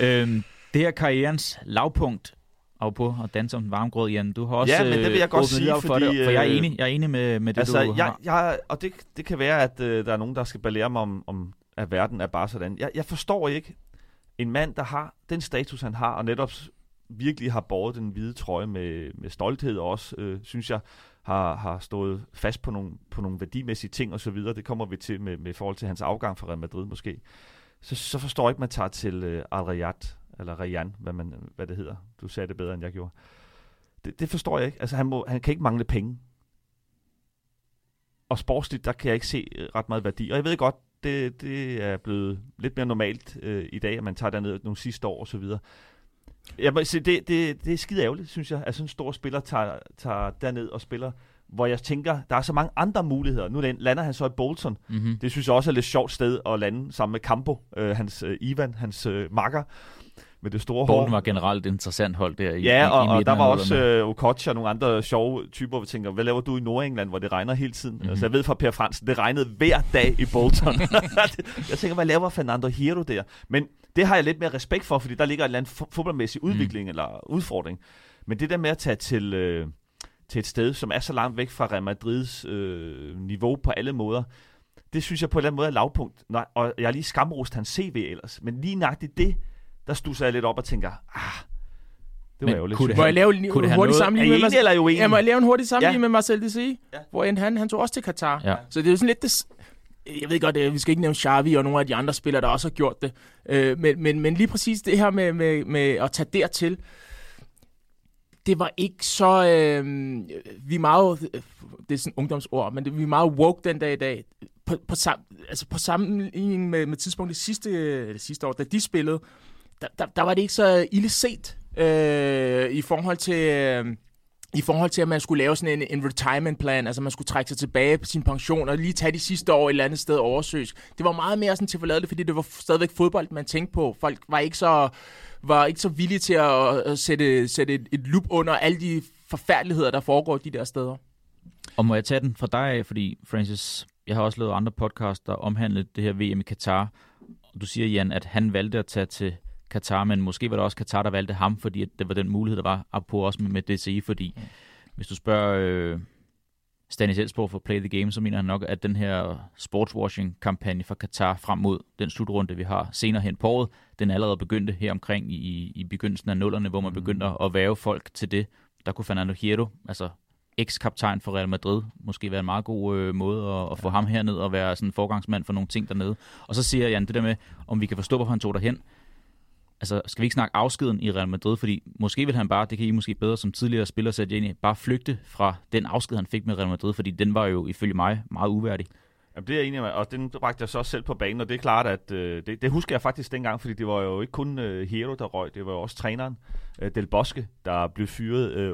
Det her karrierens lavpunkt, på at danse om den varme grød, Jan. Du har også men det vil jeg godt sige, for jeg er enig med det, altså, du har. Og det kan være, at der er nogen, der skal belære mig om at verden er bare sådan. Jeg forstår ikke en mand, der har den status, han har, og netop virkelig har båret den hvide trøje med stolthed også, synes jeg, har stået fast på nogle værdimæssige ting og så videre. Det kommer vi til med forhold til hans afgang fra Real Madrid måske. Så forstår jeg ikke, man tager til Al-Riyad, eller Rayan, hvad det hedder. Du sagde det bedre, end jeg gjorde. Det forstår jeg ikke. Altså, han kan ikke mangle penge. Og sportsligt, der kan jeg ikke se ret meget værdi. Og jeg ved godt, det er blevet lidt mere normalt i dag, at man tager derned nogle sidste år og så videre. Jeg må sige, det er skide ærgerligt, synes jeg, at sådan en stor spiller tager derned og spiller, hvor jeg tænker, der er så mange andre muligheder. Nu lander han så i Bolton. Mm-hmm. Det synes jeg også er et lidt sjovt sted at lande sammen med Campo, hans Ivan, hans makker. med det store Bolton hår. var generelt et interessant hold der i Og midten der af var også nullerne. Okocha og nogle andre sjove typer, hvor vi tænker, hvad laver du i Nordengland, hvor det regner hele tiden? Mhm. Altså, jeg ved fra Per Fransen, det regnede hver dag i Bolton. Jeg tænker, hvad laver Fernando Hierro der? Men det har jeg lidt mere respekt for, fordi der ligger en eller anden fodboldmæssig udvikling eller udfordring. Men det der med at tage til et sted, som er så langt væk fra Real Madrids niveau på alle måder, det synes jeg på en eller anden måde er lavpunkt. Og jeg har lige skamrost hans CV ellers. Men lige nøjagtigt det, der stusser jeg lidt op og tænker, det var ærgerligt. kunne Må jeg lave kunne det en have hurtig noget- sammenligning Er I enige eller er I uenige? Jeg må lave en hurtig sammenligning Ja. med Marcel Desailly, Ja. hvor han tog også til Katar. Ja. Så det er jo sådan lidt det. Jeg ved godt, vi skal ikke nævne Xavi og nogle af de andre spillere, der også har gjort det. Men lige præcis det her med at tage dertil, det var ikke så... vi er meget... Det er sådan ungdomsord, men vi er meget woke den dag i dag. På sammenligning med tidspunktet sidste år, da de spillede, der var det ikke så ille set i forhold til, at man skulle lave sådan en retirement plan, altså man skulle trække sig tilbage på sin pension og lige tage de sidste år et eller andet sted oversøges. Det var meget mere sådan tilforladeligt, fordi det var stadigvæk fodbold, man tænkte på. Folk var ikke så villige til at sætte et lup under alle de forfærdeligheder, der foregår de der steder. Og må jeg tage den fra dig af, fordi Francis, jeg har også lavet andre podcasts, der omhandlede det her VM i Katar. Du siger, Jan, at han valgte at tage til Katar, men måske var det også Katar, der valgte ham, fordi det var den mulighed, der var op på også med DCI, fordi hvis du spørger Stanis Elsborg for Play the Game, så mener han nok, at den her sportswashing-kampagne fra Katar frem mod den slutrunde, vi har senere hen på året, den allerede begyndte her omkring i begyndelsen af nullerne, hvor man begyndte at væve folk til det. Der kunne Fernando Hierro, altså eks-kaptajn for Real Madrid, måske være en meget god måde at få ham herned og være sådan en forgangsmand for nogle ting dernede. Og så siger Jan det der med, om vi kan forstå, hvorfor han tog derhen. Altså, skal vi ikke snakke afskeden i Real Madrid, fordi måske vil han bare, det kan I måske bedre som tidligere spiller sætte ind i, bare flygte fra den afsked, han fik med Real Madrid, fordi den var jo ifølge mig meget uværdig. Jamen, det er jeg enig med, og den bragte jeg så også selv på banen, og det er klart, at det husker jeg faktisk dengang, fordi det var jo ikke kun Hierro, der røg, det var jo også træneren, Del Bosque, der blev fyret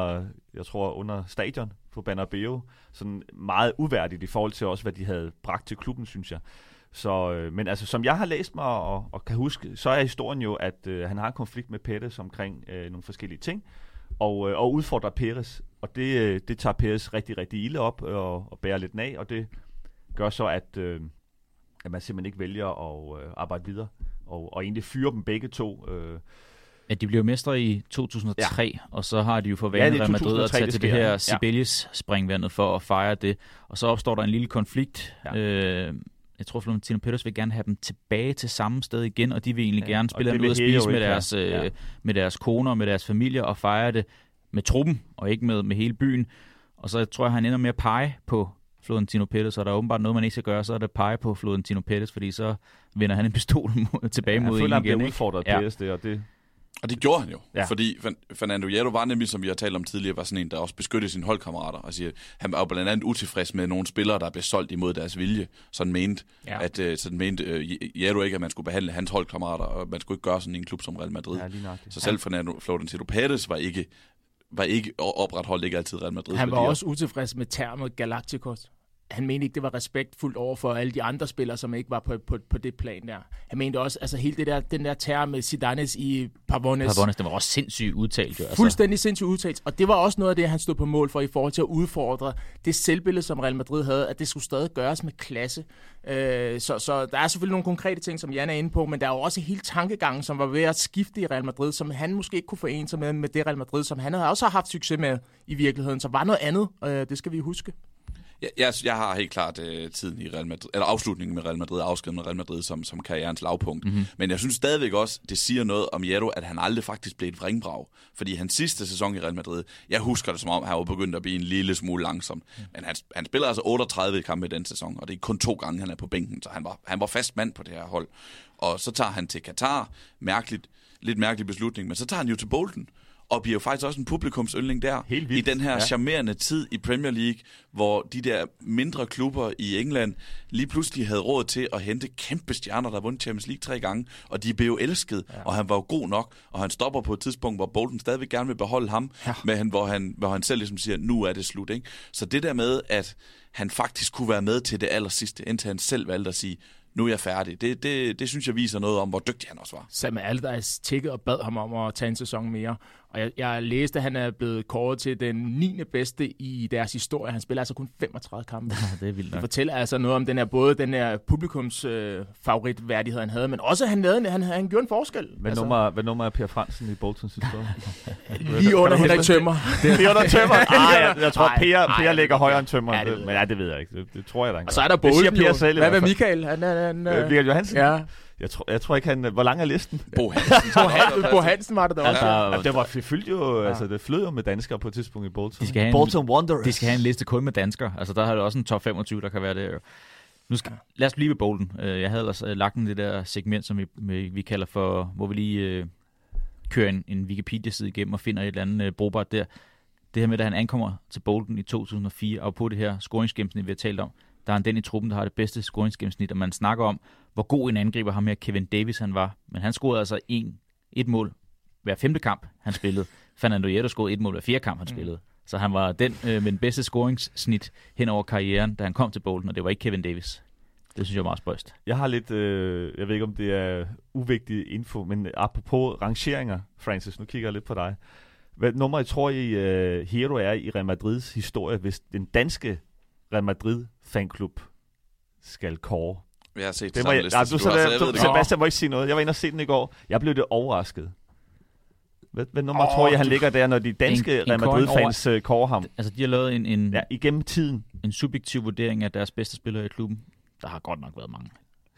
under stadion på Bernabeu. Sådan meget uværdigt i forhold til også, hvad de havde bragt til klubben, synes jeg. Så, men altså, som jeg har læst mig og kan huske, så er historien jo, at han har en konflikt med Perez omkring nogle forskellige ting, og udfordrer Perez, og det tager Perez rigtig, rigtig ilde op og bærer lidt af, og det gør så, at man simpelthen ikke vælger at arbejde videre, og egentlig fyre dem begge to. Ja, de blev mestre i 2003, og så har de jo for vane Real Madrid at tage til det her Sibelius-springvandet for at fejre det, og så opstår der en lille konflikt. Ja. Jeg tror, Florentino Pérez vil gerne have dem tilbage til samme sted igen, og de vil egentlig gerne spille ud og spise med deres koner og med deres familier og fejre det med truppen og ikke med hele byen. Og så tror jeg, han ender med at pege på Florentino Pérez, og der er åbenbart noget, man ikke skal gøre, så er det pege på Florentino Pérez, fordi så vender han en pistol tilbage mod en igen. Jeg føler, han bliver udfordret Pérez det, og det... Og det gjorde han jo, fordi Fernando Hierro var nemlig, som vi har talt om tidligere, var sådan en, der også beskyttede sine holdkammerater. Og siger, han var jo blandt andet utilfreds med nogle spillere, der blev solgt imod deres vilje. Sådan mente Hierro ikke, at man skulle behandle hans holdkammerater, og man skulle ikke gøre sådan i en klub som Real Madrid. Ja, så selv Florentino Pérez var ikke opretholdt ikke altid Real Madrid. Han var også utilfreds med termet Galacticos. Han mente ikke, det var respektfuldt over for alle de andre spillere, som ikke var på det plan der. Han mente også, altså hele den der term med Zidanes i Pavones. Pavones, det var også sindssygt udtalt. Altså. Fuldstændig sindssygt udtalt. Og det var også noget af det, han stod på mål for i forhold til at udfordre det selvbillede, som Real Madrid havde, at det skulle stadig gøres med klasse. Så der er selvfølgelig nogle konkrete ting, som Jan er inde på, men der er jo også hele tankegangen, som var ved at skifte i Real Madrid, som han måske ikke kunne forene sig med det Real Madrid, som han havde også haft succes med i virkeligheden. Så var noget andet, det skal vi huske. Jeg har helt klart tiden i Real Madrid, eller afslutningen med Real Madrid, afskeden med Real Madrid som karrierens lavpunkt. Mm-hmm. Men jeg synes stadigvæk også, det siger noget om Hierro, at han aldrig faktisk blev et vringbrag. Fordi hans sidste sæson i Real Madrid, jeg husker det som om, han var begyndt at blive en lille smule langsom. Men han spiller altså 38 kampe i den sæson, og det er kun 2 gange, han er på bænken. Så han var fast mand på det her hold. Og så tager han til Katar, lidt mærkelig beslutning, men så tager han jo til Bolton. Og bliver jo faktisk også en publikumsyndling der, i den her charmerende tid i Premier League, hvor de der mindre klubber i England lige pludselig havde råd til at hente kæmpe stjerner, der vundet Champions League 3 gange, og de blev jo elsket, og han var jo god nok, og han stopper på et tidspunkt, hvor Bolton stadigvæk gerne vil beholde ham, men hvor han selv ligesom siger, nu er det slut, ikke? Så det der med, at han faktisk kunne være med til det allersidste, indtil han selv valgte at sige, nu er jeg færdig. Det synes jeg viser noget om, hvor dygtig han også var. Sam Allardyce tækkede og bad ham om at tage en sæson mere. Og jeg læste, at han er blevet kåret til den 9. bedste i deres historie. Han spiller altså kun 35 kampe. Ja, det er vildt nok. Det fortæller altså noget om både den her publikums favoritværdighed, han havde, men også, at han gjorde en forskel. Hvad nummer er Per Fransen i Boltons historie? Lige under Henrik Tømmer. Lige under Tømmer? Jeg tror, Per ligger højere end Tømmer. Men det ved jeg ikke. Det tror jeg da ikke. Og så er der Bolden jo. Hvad med Michael? Michael Johansen? Ja. Jeg tror ikke, han... Hvor lang er listen? Bo Hansen. Bo Hansen var det da også. Det flød jo med danskere på et tidspunkt i Bolton. Bolton Wanderers. De skal have en liste kun med danskere. Altså, der har det også en top 25, der kan være det. Lad os blive ved Bolton. Jeg havde ellers lagt det der segment, som vi kalder for... Hvor vi lige kører en Wikipedia-side igennem og finder et eller andet brugbart der. Det her med, da han ankommer til Bolton i 2004, og på det her scoringsgennemsnit, vi har talt om, der er den i truppen, der har det bedste scoringsgennemsnit, og man snakker om, hvor god en angriber ham her Kevin Davis han var. Men han scorede altså et mål hver 5. kamp, han spillede. Fernando Hierro scorede 1 mål hver 4. kamp, han spillede. Så han var den med den bedste scoringssnit hen over karrieren, da han kom til Bolton, og det var ikke Kevin Davis. Det synes jeg er meget spøjst. Jeg har lidt, jeg ved ikke, om det er uvigtig info, men apropos rangeringer, Francis, nu kigger jeg lidt på dig. Hvad nummer jeg tror I Hierro er i Real Madrids historie, hvis den danske Real Madrid fanklub skal kåre? Jeg har set det samme liste. Sebastian må ikke sige noget. Jeg var inde og se den i går. Jeg blev det overrasket. Hvad nummer tror jeg, han ligger der, når de danske Real Madrid-fans kårer ham? Altså, de har lavet igennem tiden en subjektiv vurdering af deres bedste spillere i klubben. Der har godt nok været mange.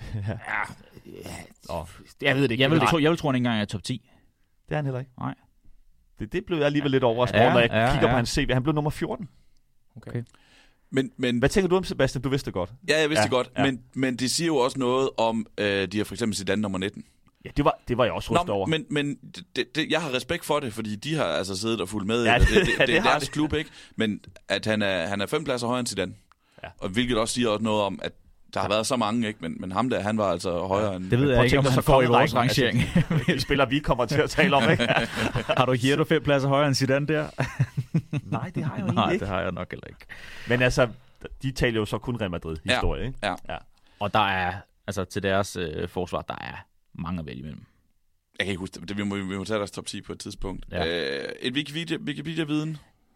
Jeg ved det ikke. Jeg vil tro, han ikke engang er top 10. Det er han heller ikke. Nej. Det blev jeg alligevel lidt overrasket over, når jeg kigger på hans CV. Han blev nummer 14. Okay. Men hvad tænker du om, Sebastian? Du vidste det godt. Ja, jeg vidste det godt. Ja. Men det siger jo også noget om, de har for eksempel Zidane nummer 19. Ja, det var jeg også rystet over. Men jeg har respekt for det, fordi de har altså siddet og fulgt med. Ja, det er deres klub, ikke? Men at han er 5 pladser højere end Zidane. Ja. Og hvilket også siger også noget om, at der har været så mange, ikke? Men ham der, han var altså højere end... Det ved jeg ikke, om han får i vores rangering. De spiller, vi kommer til at tale om, ikke? Har du Hierro 5 pladser højere end Zidane der? Nej, det har jeg jo egentlig ikke. Nej, det har jeg nok heller ikke. Men altså, de taler jo så kun Real Madrid-historie, ikke? Ja. Og der er, altså til deres forsvar, der er mange at vælge imellem. Jeg kan ikke huske det. Vi må tage deres top 10 på et tidspunkt. Ja. Et Wikipedia-viden?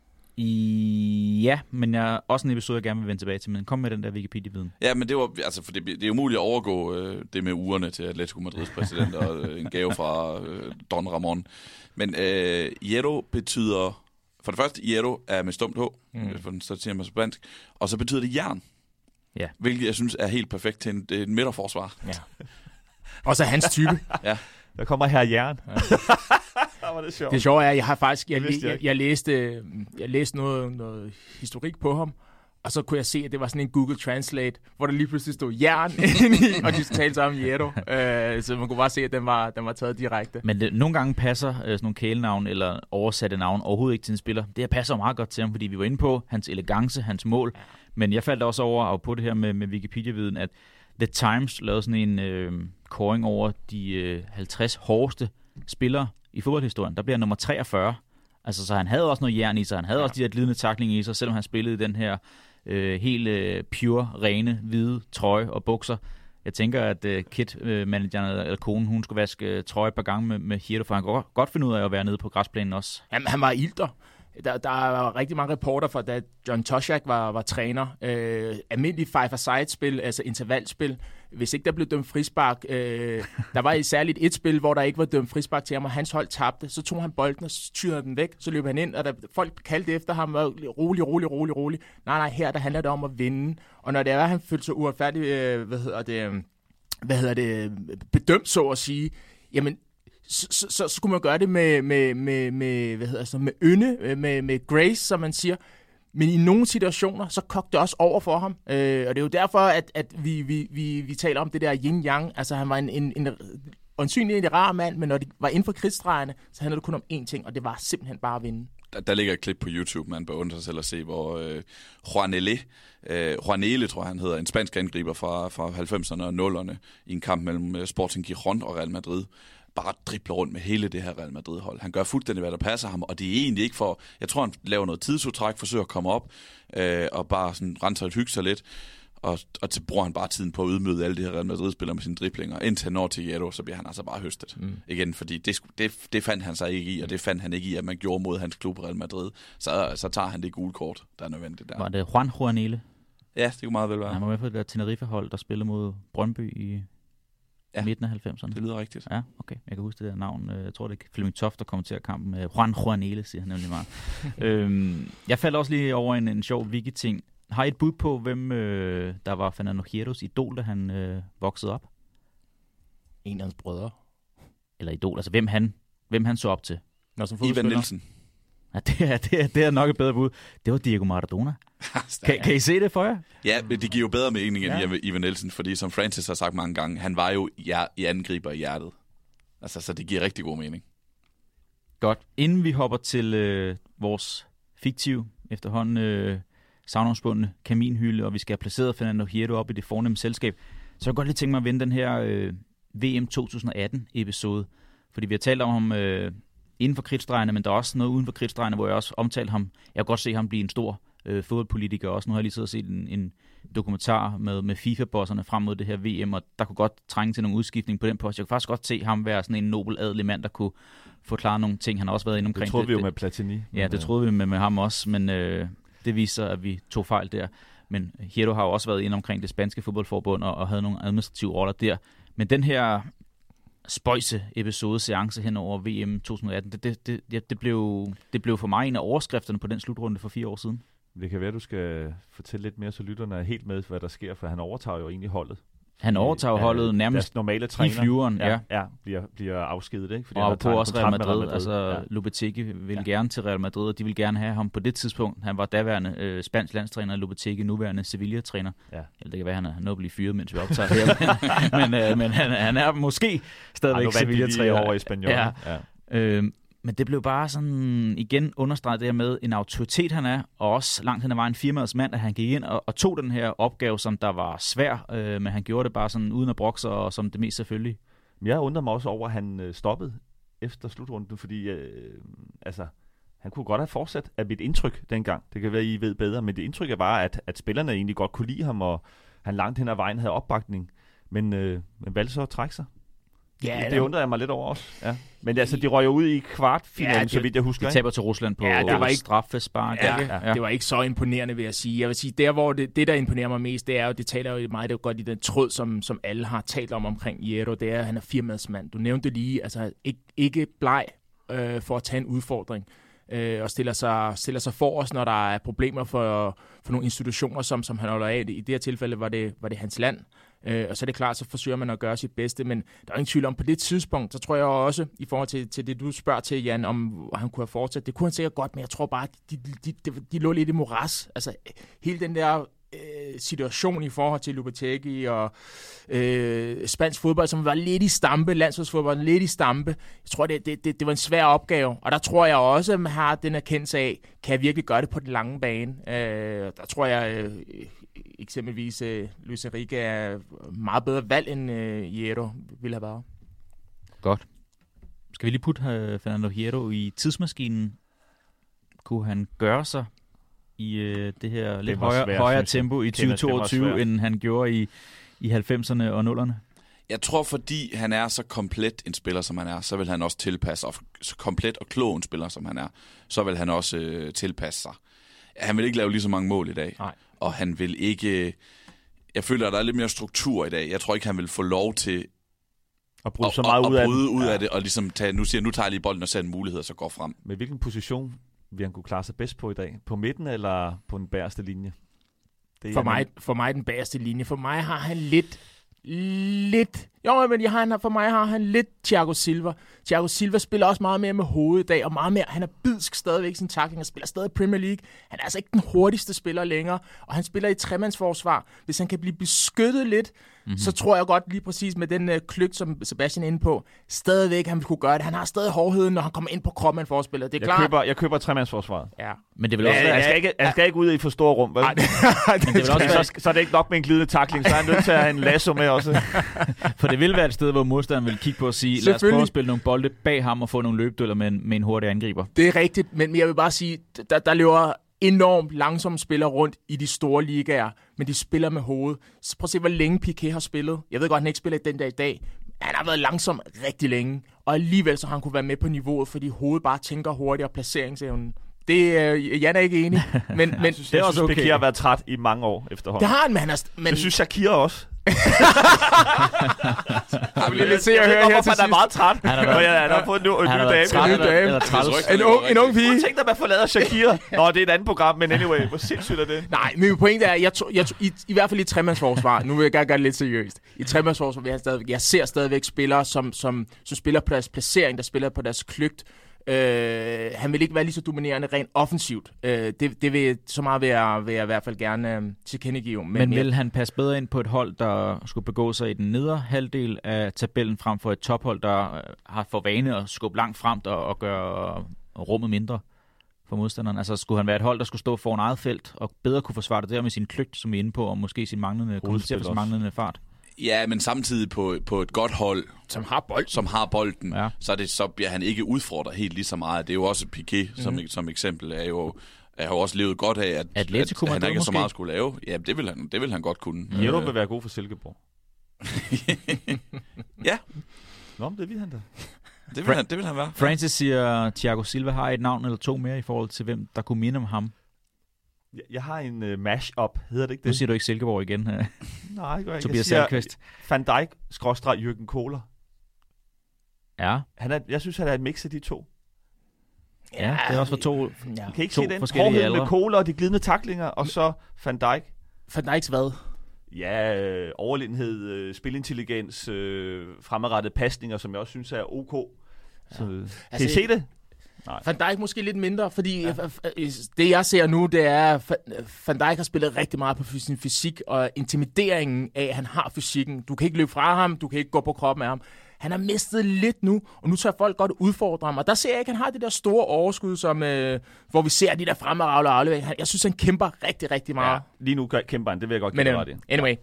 Ja, men jeg også en episode, jeg gerne vil vende tilbage til, men kom med den der Wikipedia-viden. Ja, men det var, altså, for det er umuligt at overgå det med ugerne til Atletico Madrids præsident og en gave fra Don Ramon. Men Hierro betyder, for det første, Hierro er med stumt H, så siger man spansk, og så betyder det jern. Ja. Hvilket jeg synes er helt perfekt til en midterforsvar. Ja. Også hans type. Ja. Der kommer her jern. Det sjove er, at jeg har faktisk jeg læste noget historik på ham, og så kunne jeg se, at det var sådan en Google Translate, hvor der lige pludselig stod jern inde i, og de talte så om Hierro. Så man kunne bare se, at den var taget direkte. Men nogle gange passer sådan nogle kælenavn eller oversatte navn overhovedet ikke til en spiller. Det her passer meget godt til ham, fordi vi var inde på hans elegance, hans mål. Men jeg faldt også over på det her med Wikipedia-viden, at The Times lavede sådan en kåring over de 50 hårdeste spillere i fodboldhistorien. Der bliver nummer 43. Altså, så han havde også noget jern i sig. Han havde også de her glidende tackling i sig, selvom han spillede i den her helt pure, rene, hvide trøje og bukser. Jeg tænker, at Kit-manageren eller konen, hun skulle vaske trøje et par gange med Hierro, for han kunne godt finde ud af at være nede på græsplænen også. Jamen, han var ilter. Der var rigtig mange reporter fra, da John Toshack var træner. Almindelig five-a-side-spil, altså intervalspil. Hvis ikke der blev dømt frispark, der var særligt et spil, hvor der ikke var dømt frispark til ham, og hans hold tabte. Så tog han bolden og styrede den væk, så løb han ind, og folk kaldte efter ham, var rolig. Nej, her der handler det om at vinde. Og når det er, han følte sig uretfærdigt, bedømt, så at sige, jamen, så skulle man gøre det med ynde, med grace, som man siger. Men i nogle situationer, så kogte det også over for ham. Og det er jo derfor, at vi taler om det der yin-yang. Altså, han var en øjensynlig en rar mand, men når de var inden for krigsdrejerne, så handlede det kun om én ting, og det var simpelthen bare at vinde. Der ligger et klip på YouTube, man beundrer sig selv at se, hvor Juanele, tror jeg han hedder, en spansk angriber fra 90'erne og 0'erne, i en kamp mellem Sporting Gijón og Real Madrid, bare dribler rundt med hele det her Real Madrid-hold. Han gør fuldstændig, hvad der passer ham, og det er egentlig ikke for... Jeg tror, han laver noget tidsudtræk, forsøger at komme op, og bare sådan renser et hygge sig lidt. og så bruger han bare tiden på at udmøde alle de her Real Madrid-spillere med sine driblinger. Indtil han når til Hierro, så bliver han altså bare høstet. Igen, fordi det fandt han sig ikke i, og det fandt han ikke i, at man gjorde mod hans klub Real Madrid. Så tager han det gule kort, der er nødvendigt der. Var det Juan Juanele? Ja, det kunne meget vel være. Han var med på det der Tenerife-hold, der spillede mod Brøndby i midten af 90'erne. Det lyder rigtigt. Ja, okay. Jeg kan huske det der navn. Jeg tror, det er Flemming Toft, der kommenterer kampen med Juan Juanele, siger han nemlig meget. Jeg faldt også lige over en sjov wiki-ting. Har I et bud på, hvem der var Fernando Hierros idol, da han voksede op? En af hans brødre. Eller idol, altså hvem han så op til? Ivan Nielsen. Ja, det er nok et bedre bud. Det var Diego Maradona. Kan I se det for jer? Ja, men det giver jo bedre mening end Ivan Nielsen, fordi som Francis har sagt mange gange, han var jo i angriber i hjertet. Altså, så det giver rigtig god mening. Godt. Inden vi hopper til vores fiktive, efterhånden savnomsbundne kaminhylde, og vi skal have placeret Fernando Hierro op i det fornemme selskab, så jeg godt lige tænke mig at vende den her VM 2018-episode. Fordi vi har talt om ham inden for kridtstregerne, men der er også noget uden for kridtstregerne, hvor jeg også omtalte ham. Jeg kan godt se ham blive en stor fodboldpolitiker også. Nu har jeg lige siddet og set en dokumentar med FIFA-bosserne frem mod det her VM, og der kunne godt trænge til nogle udskiftning på den post. Jeg kunne faktisk godt se ham være sådan en nobel adelig mand, der kunne forklare nogle ting. Han har også været inde omkring det. Troede vi jo med Platini. Ja, det troede vi med ham også, men det viser, at vi tog fejl der. Men Hierro har jo også været inde omkring det spanske fodboldforbund og havde nogle administrative roller der. Men den her spøjse episode-seance hen over VM 2018, det blev for mig en af overskrifterne på den slutrunde for 4 år siden. Det kan være, at du skal fortælle lidt mere, så lytterne er helt med, hvad der sker, for han overtager jo egentlig holdet. Han overtager holdet nærmest normale træner, i flyveren. Bliver afskediget, ikke? Fordi og på også Real Madrid. Altså, Lopetegui vil gerne til Real Madrid, og de vil gerne have ham på det tidspunkt. Han var daværende spansk landstræner, Lopetegui, nuværende Sevilla-træner. Ja. Eller det kan være, han er nået at blive fyret, mens vi optager her. men han er måske stadigvæk Sevilla-træner. Over i Spanien. Ja. Men det blev bare sådan igen understreget det her med en autoritet han er, og også langt hen ad vejen firmaets mand, at han gik ind og tog den her opgave, som der var svær, men han gjorde det bare sådan uden at brokse og som det mest selvfølgelige. Jeg undrer mig også over, at han stoppede efter slutrunden, fordi han kunne godt have fortsat af mit indtryk dengang. Det kan være, I ved bedre, men det indtryk er bare, at spillerne egentlig godt kunne lide ham, og han langt hen ad vejen havde opbakning, men valgte så at trække sig. Ja, det undrede jeg mig lidt over også. Ja. Men altså, de røg jo ud i kvartfinalen, så vidt jeg husker. De taber til Rusland på straffespark. Ja. Det var ikke så imponerende, vil jeg sige. Jeg vil sige, der hvor det der imponerer mig mest, det er jo, det taler jo meget godt i den tråd, som alle har talt omkring Hierro. Det er, at han er firmadsmand. Du nævnte lige, altså ikke bleg for at tage en udfordring. Og stiller sig for os, når der er problemer for nogle institutioner, som han holder af. I det her tilfælde var det hans land. Og så er det klart, så forsøger man at gøre sit bedste, men der er ingen tvivl om, på det tidspunkt, så tror jeg også, i forhold til det, du spørger til, Jan, om han kunne have fortsat, det kunne han sikkert godt, men jeg tror bare, de lå lidt i moras. Altså, hele den der situation i forhold til Lopetegui og spansk fodbold, som var lidt i stampe, landsholdsfodbold lidt i stampe. Jeg tror, det var en svær opgave, og der tror jeg også, at man har den erkendelse af, kan jeg virkelig gøre det på den lange bane? Der tror jeg eksempelvis Luis Enrique er meget bedre valg, end Hierro ville have været. Godt. Skal vi lige putte Fernando Hierro i tidsmaskinen? Kunne han gøre sig i det her lidt højere tempo i 2022, end han gjorde i 90'erne og 0'erne? Jeg tror, fordi han er så komplet en spiller, som han er, så vil han også tilpasse, og så komplet og klog en spiller, som han er, så vil han også tilpasse sig. Han vil ikke lave lige så mange mål i dag. Nej. Og han vil ikke... Jeg føler, at der er lidt mere struktur i dag. Jeg tror ikke, han vil få lov til at bryde så meget ud af det, og ligesom nu tager jeg lige bolden og ser en mulighed, og så går frem. Med hvilken position vil han kunne klare sig bedst på i dag? På midten eller på den bagerste linje? For mig den bagerste linje. For mig har han lidt... Jo, men for mig har han lidt Thiago Silva. Thiago Silva spiller også meget mere med hovedet i dag, og meget mere, han er bidsk stadigvæk sin tackling, og spiller stadig Premier League. Han er altså ikke den hurtigste spiller længere, og han spiller i tremandsforsvar. Hvis han kan blive beskyttet lidt, så tror jeg godt lige præcis med den kløgt, som Sebastian er inde på, stadigvæk han vil kunne gøre det. Han har stadig hårdheden, når han kommer ind på kroppen af en forspiller. Det er klart. Jeg køber tremandsforsvaret. Ja. Men det vil også jeg skal ikke ud i for store rum, vel? Så er det ikke nok med en glidende tackling, så er han nødt til at have en lasso med også. For det vil være et sted, hvor modstanderen vil kigge på og sige, lad os prøve at spille nogle bolde bag ham og få nogle løbdueller med en hurtig angriber. Det er rigtigt, men jeg vil bare sige, der løber enormt langsomme spillere rundt i de store ligaer, men de spiller med hovedet. Så prøv at se, hvor længe Piqué har spillet. Jeg ved godt, han ikke spiller den der i dag. Han har været langsom rigtig længe, og alligevel så har han kunne være med på niveauet, fordi hovedet bare tænker hurtigt, og placeringsevnen. Det er Jan er ikke enig, men jeg synes, Piqué har været træt i mange år efterhånden. Det har han, men det synes Shakira også. Jeg vil lidt se og høre her til sidst. Han er meget træt. Han har fået en ny dame. En ung pige. Tænk dig, at man forlader Shakira. Nå, det er et andet program, men anyway, hvor sindssygt er det? Nej, men pointen er, i hvert fald i tremandsforsvar, nu vil jeg gerne gøre det lidt seriøst. I tremandsforsvar vil jeg ser stadigvæk spillere, som spiller på deres placering, der spiller på deres kløgt. Han vil ikke være lige så dominerende rent offensivt. Det vil så meget vil jeg i hvert fald gerne tilkendegive. Men vil han passe bedre ind på et hold, der skulle begå sig i den nedre halvdel af tabellen, frem for et tophold, der har for vane at skubbe langt frem og gøre rummet mindre for modstanderen? Altså skulle han være et hold, der skulle stå foran eget felt og bedre kunne forsvare det der med sin kløgt, som vi er inde på, og måske sin manglende fart? Ja, men samtidig på et godt hold, som har bolden, ja. så bliver han ikke udfordret helt lige så meget. Det er jo også Piqué, som eksempel, er jo også levet godt af, at han ikke så meget skulle lave. Ja, det vil han godt kunne. Hierro vil være god for Silkeborg. Ja. Nå, det vil han da. Det vil han være. Francis siger, Thiago Silva har et navn eller to mere i forhold til, hvem der kunne minde om ham. Jeg har en mash-up, hedder det ikke det? Nu siger du ikke Silkeborg igen. Nej, det gør jeg Tobias Salkvist. Van Dijk / Jürgen Kohler. Ja. Jeg synes, han er et mix af de to. Ja, det er også for to kan ikke se den hårdhed med Kohler og de glidende taklinger, og så Van Dijk. Van Dijks hvad? Ja, overlegenhed, spilintelligens, fremadrettede pasninger, som jeg også synes er ok. Så, kan I se det? Nej. Van Dijk måske lidt mindre, fordi det jeg ser nu, det er, at Van Dijk har spillet rigtig meget på sin fysik, og intimideringen af, at han har fysikken. Du kan ikke løbe fra ham, du kan ikke gå på kroppen af ham. Han har mistet lidt nu, og nu tager folk godt udfordre ham. Og der ser jeg ikke, at han har det der store overskud, som, hvor vi ser de der fremragler og afleveringer. Jeg synes, han kæmper rigtig, rigtig meget. Ja, lige nu kæmper han, det vil jeg godt give ret i. Anyway.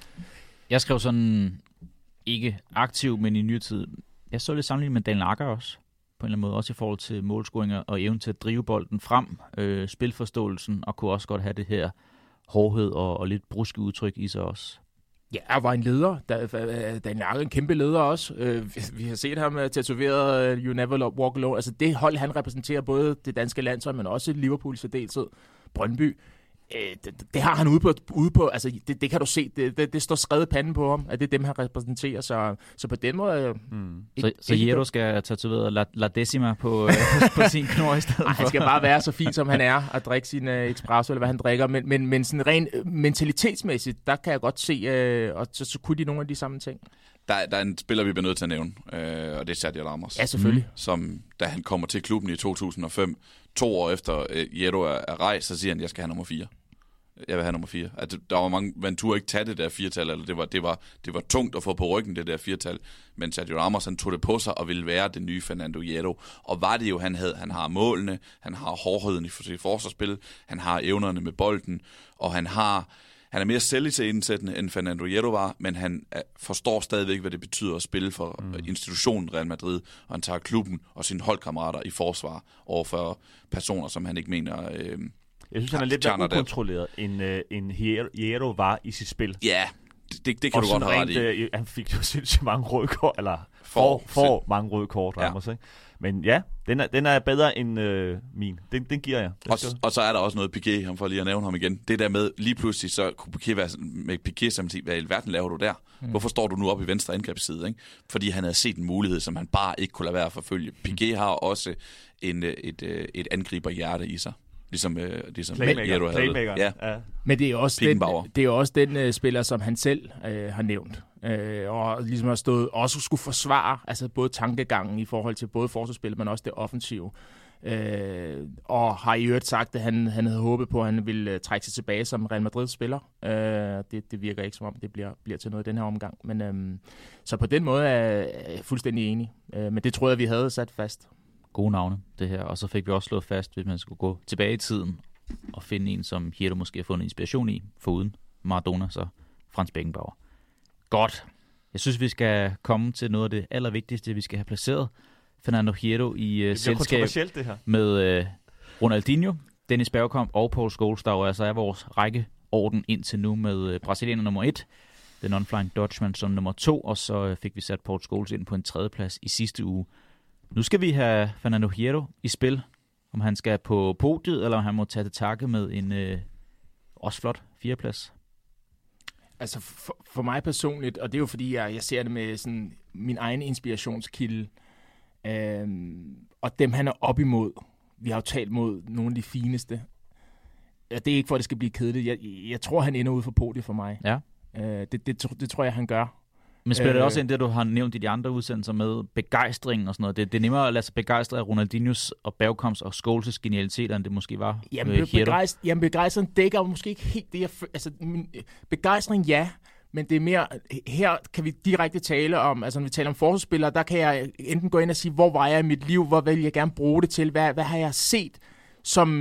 Jeg skrev sådan, ikke aktiv, men i nyere tid. Jeg så lidt sammenlignet med Daniel Akker også. På en eller anden måde, også i forhold til målscoringer og evnen til at drive bolden frem, spilforståelsen, og kunne også godt have det her hårdhed og lidt bruske udtryk i sig også. Ja, jeg var en leder. Daniel Akker en kæmpe leder også. Vi har set ham tatoveret You Never Walk Alone. Altså det hold, han repræsenterer både det danske landshold, men også Liverpool i særdeleshed, Brøndby. Det har han ude på altså det kan du se, det står skrevet panden på ham, at det er dem, han repræsenterer, så på den måde... Så Hierro skal tatovere La Decima på sin knor i stedet for? Han skal bare være så fin, som han er, at drikke sin espresso, eller hvad han drikker, men sådan rent mentalitetsmæssigt, der kan jeg godt se, og så kunne de nogle af de samme ting. Der er en spiller, vi bliver nødt til at nævne, og det er Sergio Ramos. Ja, selvfølgelig. Som, da han kommer til klubben i 2005, 2 år efter Hierro er rejst, så siger han, jeg skal have nummer 4. Jeg vil have nummer 4. Altså, der var mange, man turde ikke tage det der 4-tal, eller det var tungt at få på ryggen, det der 4-tal, men Sergio Ramos, han tog det på sig og ville være den nye Fernando Hierro. Og var det jo, han har målene, han har hårdheden i sit forsvarsspil, han har evnerne med bolden, og han er mere selvisætsættende end Fernando Hierro var, men han forstår stadigvæk, hvad det betyder at spille for institutionen Real Madrid, og han tager klubben og sine holdkammerater i forsvar overfor personer, som han ikke mener... Jeg synes, han er lidt mere ukontrolleret, end Hierro var i sit spil. Ja, det kan du godt have ret i. Han fik jo sindssygt mange røde kort, eller for mange røde kort, Ramos, ikke? Men ja, den er bedre end min. Den giver jeg. Og så er der også noget Piqué, ham for lige at nævne ham igen. Det der med, lige pludselig så kunne Piqué være med Piqué samtidig, hvad i verden laver du der? Hvorfor står du nu op i venstre angrebsside? Ikke? Fordi han havde set en mulighed, som han bare ikke kunne lade være at forfølge. Piqué har også et angriberhjerte i sig. Ligesom Playmaker. Ja. Men det er jo også den spiller, som han selv har nævnt. Og ligesom har stået, også skulle forsvare altså både tankegangen i forhold til både forsvarsspillet, men også det offensive. Og har i øvrigt sagt, at han havde håbet på, at han ville trække sig tilbage som Real Madrid-spiller. Det virker ikke som om, det bliver til noget i den her omgang. Men, så på den måde er jeg fuldstændig enig. Men det tror jeg, vi havde sat fast. Gode navne, det her. Og så fik vi også slået fast, hvis man skulle gå tilbage i tiden og finde en, som Hierro måske har fundet inspiration i, foruden Maradona, så Franz Beckenbauer. Godt. Jeg synes, vi skal komme til noget af det allervigtigste, vi skal have placeret. Fernando Hierro i selskab det her. med Ronaldinho, Dennis Bergkamp og Paul Scholes, der jo altså er vores rækkeorden indtil nu med brasilianer nummer 1, den non-flying Dutchman som nummer 2, og så fik vi sat Paul Scholes ind på en 3. plads i sidste uge. Nu skal vi have Fernando Hierro i spil, om han skal på podiet, eller om han må tage til takke med en også flot 4. plads. Altså for mig personligt, og det er jo fordi, jeg ser det med sådan min egen inspirationskilde, og dem han er op imod. Vi har jo talt mod nogle af de fineste. Det er ikke for, at det skal blive kedeligt. Jeg tror, han ender ude for podiet for mig. Ja. Det tror jeg, han gør. Men spiller det også ind det, du har nævnt i de andre udsendelser med begejstringen og sådan noget? Det er nemmere at lade sig begejstre af Ronaldinhos og Bergkamps og Scholes' genialiteter, end det måske var. Jamen begejstring dækker måske ikke helt det, begejstring ja, men det er mere, her kan vi direkte tale om, altså når vi taler om forsvarsspillere, der kan jeg enten gå ind og sige, hvor var jeg i mit liv, hvor vil jeg gerne bruge det til, hvad har jeg set, som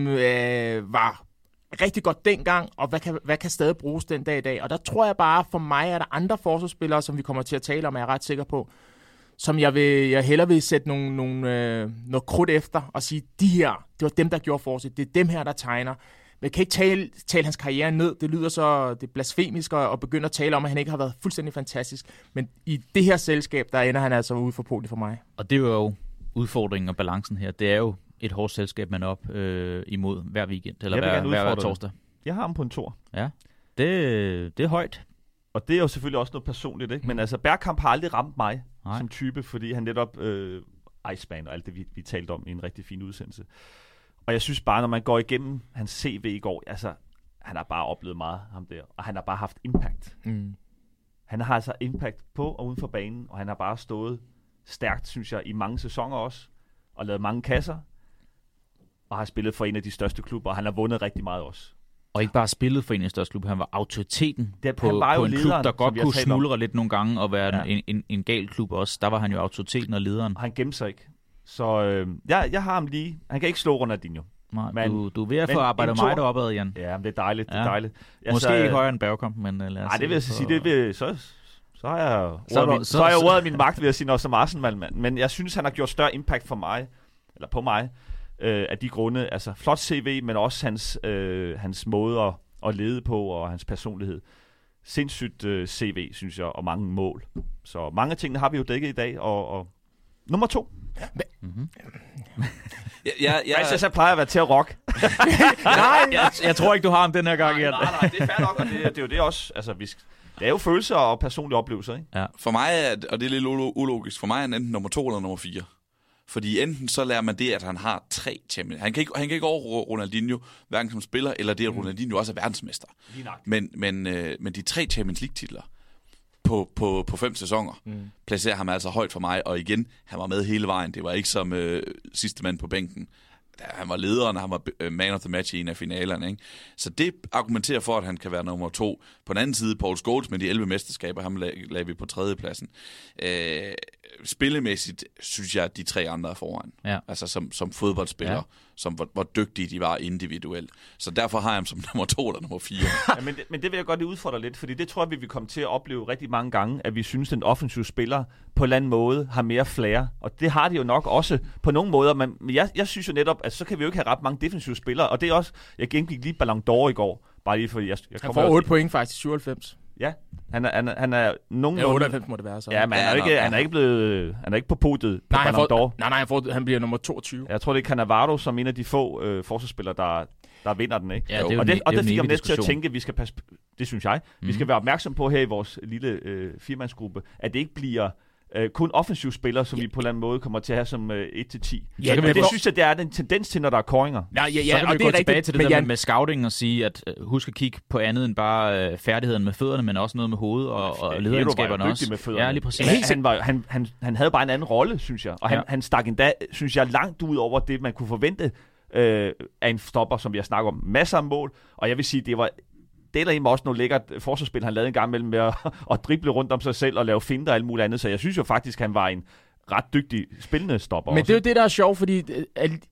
var rigtig godt dengang, og hvad kan stadig bruges den dag i dag. Og der tror jeg bare, for mig er der andre forsvarsspillere, som vi kommer til at tale om, er jeg ret sikker på, som jeg hellere vil sætte noget krudt efter, og sige, de her, det var dem, der gjorde forsvaret, det er dem her, der tegner. Men jeg kan ikke tale hans karriere ned, det lyder så det er blasfemisk, og begynde at tale om, at han ikke har været fuldstændig fantastisk. Men i det her selskab, der ender han altså ude for podiet for mig. Og det er jo udfordringen og balancen her. Det er jo et hårdt selskab, man er op imod hver weekend, eller hver torsdag. Jeg har ham på en 2. Ja, det er højt. Og det er jo selvfølgelig også noget personligt, ikke? Men altså, Bergkamp har aldrig ramt mig som type, fordi han netop Iceman og alt det, vi talte om i en rigtig fin udsendelse. Og jeg synes bare, når man går igennem hans CV i går, altså, han har bare oplevet meget, ham der, og han har bare haft impact. Han har altså impact på og uden for banen, og han har bare stået stærkt, synes jeg, i mange sæsoner også, og lavet mange kasser, og har spillet for en af de største klubber, og han har vundet rigtig meget også. Og ikke bare spillet for en af de største klubber, han var autoriteten på en lederen, klub, der godt kunne smuldre lidt nogle gange, og være en gal klub også. Der var han jo autoriteten og lederen. Og han gemte sig ikke. Så jeg har ham lige. Han kan ikke slå Ronaldinho. Nej, men, du er ved at få arbejdet mig deropad, Jan. Ja, men det er dejligt. Det er dejligt. Måske ikke højere end Bergkamp, men lad os nej, det vil jeg sige. Så har jeg ordet af min magt ved at sige noget som Arsenal-mand. Men jeg synes, han har gjort større impact for mig, eller på mig, af de grunde. Altså flot CV, men også hans måde at lede på, og hans personlighed. Sindssygt CV, synes jeg, og mange mål. Så mange af tingene har vi jo dækket i dag, og nummer 2. Jeg plejer at være til at rock. Nej, jeg tror ikke, du har ham den her gang. Nej, det er fair nok, og det er jo det også. Altså, det er jo følelser og personlige oplevelser, ikke? Ja. For mig, og det er lidt ulogisk, for mig er han enten nummer 2 eller nummer 4. Fordi enten så lærer man det, at han har 3 Champions. Han kan ikke over Ronaldinho, hverken som spiller, eller det, at Ronaldinho også er verdensmester. Men de 3 Champions League-titler på 5 sæsoner placerer ham altså højt for mig. Og igen, han var med hele vejen. Det var ikke som sidste mand på bænken. Han var lederen, og han var man of the match i en af finalerne. Ikke? Så det argumenterer for, at han kan være nummer 2. På den anden side, Paul Scholes med de 11 mesterskaber, ham lagde vi på 3. pladsen. Spillemæssigt synes jeg, at de 3 andre er foran. Ja. Altså som fodboldspillere, hvor dygtige de var individuelt. Så derfor har jeg ham som nummer 2 eller nummer 4. Ja, men det vil jeg godt lige udfordre lidt, fordi det tror jeg, vi vil komme til at opleve rigtig mange gange, at vi synes, at den offensive spiller på en eller anden måde har mere flair. Og det har de jo nok også på nogle måder. Men jeg synes jo netop, at så kan vi jo ikke have ret mange defensive spillere. Og det er også, jeg gennemgik lige Ballon d'Or i går, bare lige fordi jeg han får 8 point faktisk, 97. Ja, han er nogenlunde... Ja, 98 må det være så. Ja, men han er ikke på podiet på Ballon d'Or. Nej, han bliver nummer 22. Jeg tror, det er Cannavaro som en af de få forsvarsspillere, der vinder den, ikke? Ja, og det fik jeg næsten til at tænke, at vi skal passe... Det synes jeg. Vi skal være opmærksom på her i vores lille firmandsgruppe, at det ikke bliver kun offensive spillere, som vi på en eller anden måde kommer til at have som 1-10. Ja, men det synes jeg, det er en tendens til, når der er koringer. Ja, så kan vi gå tilbage til det der med scouting og sige, at husk at kigge på andet end bare færdigheden med fødderne, men også noget med hovedet og lederskaberne også. Med fødderne. Ja, lige præcis. Han havde bare en anden rolle, synes jeg. Og han stak endda, synes jeg, langt ud over det, man kunne forvente af en stopper, som vi har snakket om. Masser af mål, og jeg vil sige, det er der også noget lækkert forsvarsspil, han lavede en gang mellem med at drible rundt om sig selv og lave finter og alt muligt andet. Så jeg synes jo faktisk, han var en ret dygtig spillende stopper. Men også. Det er jo det, der er sjovt, fordi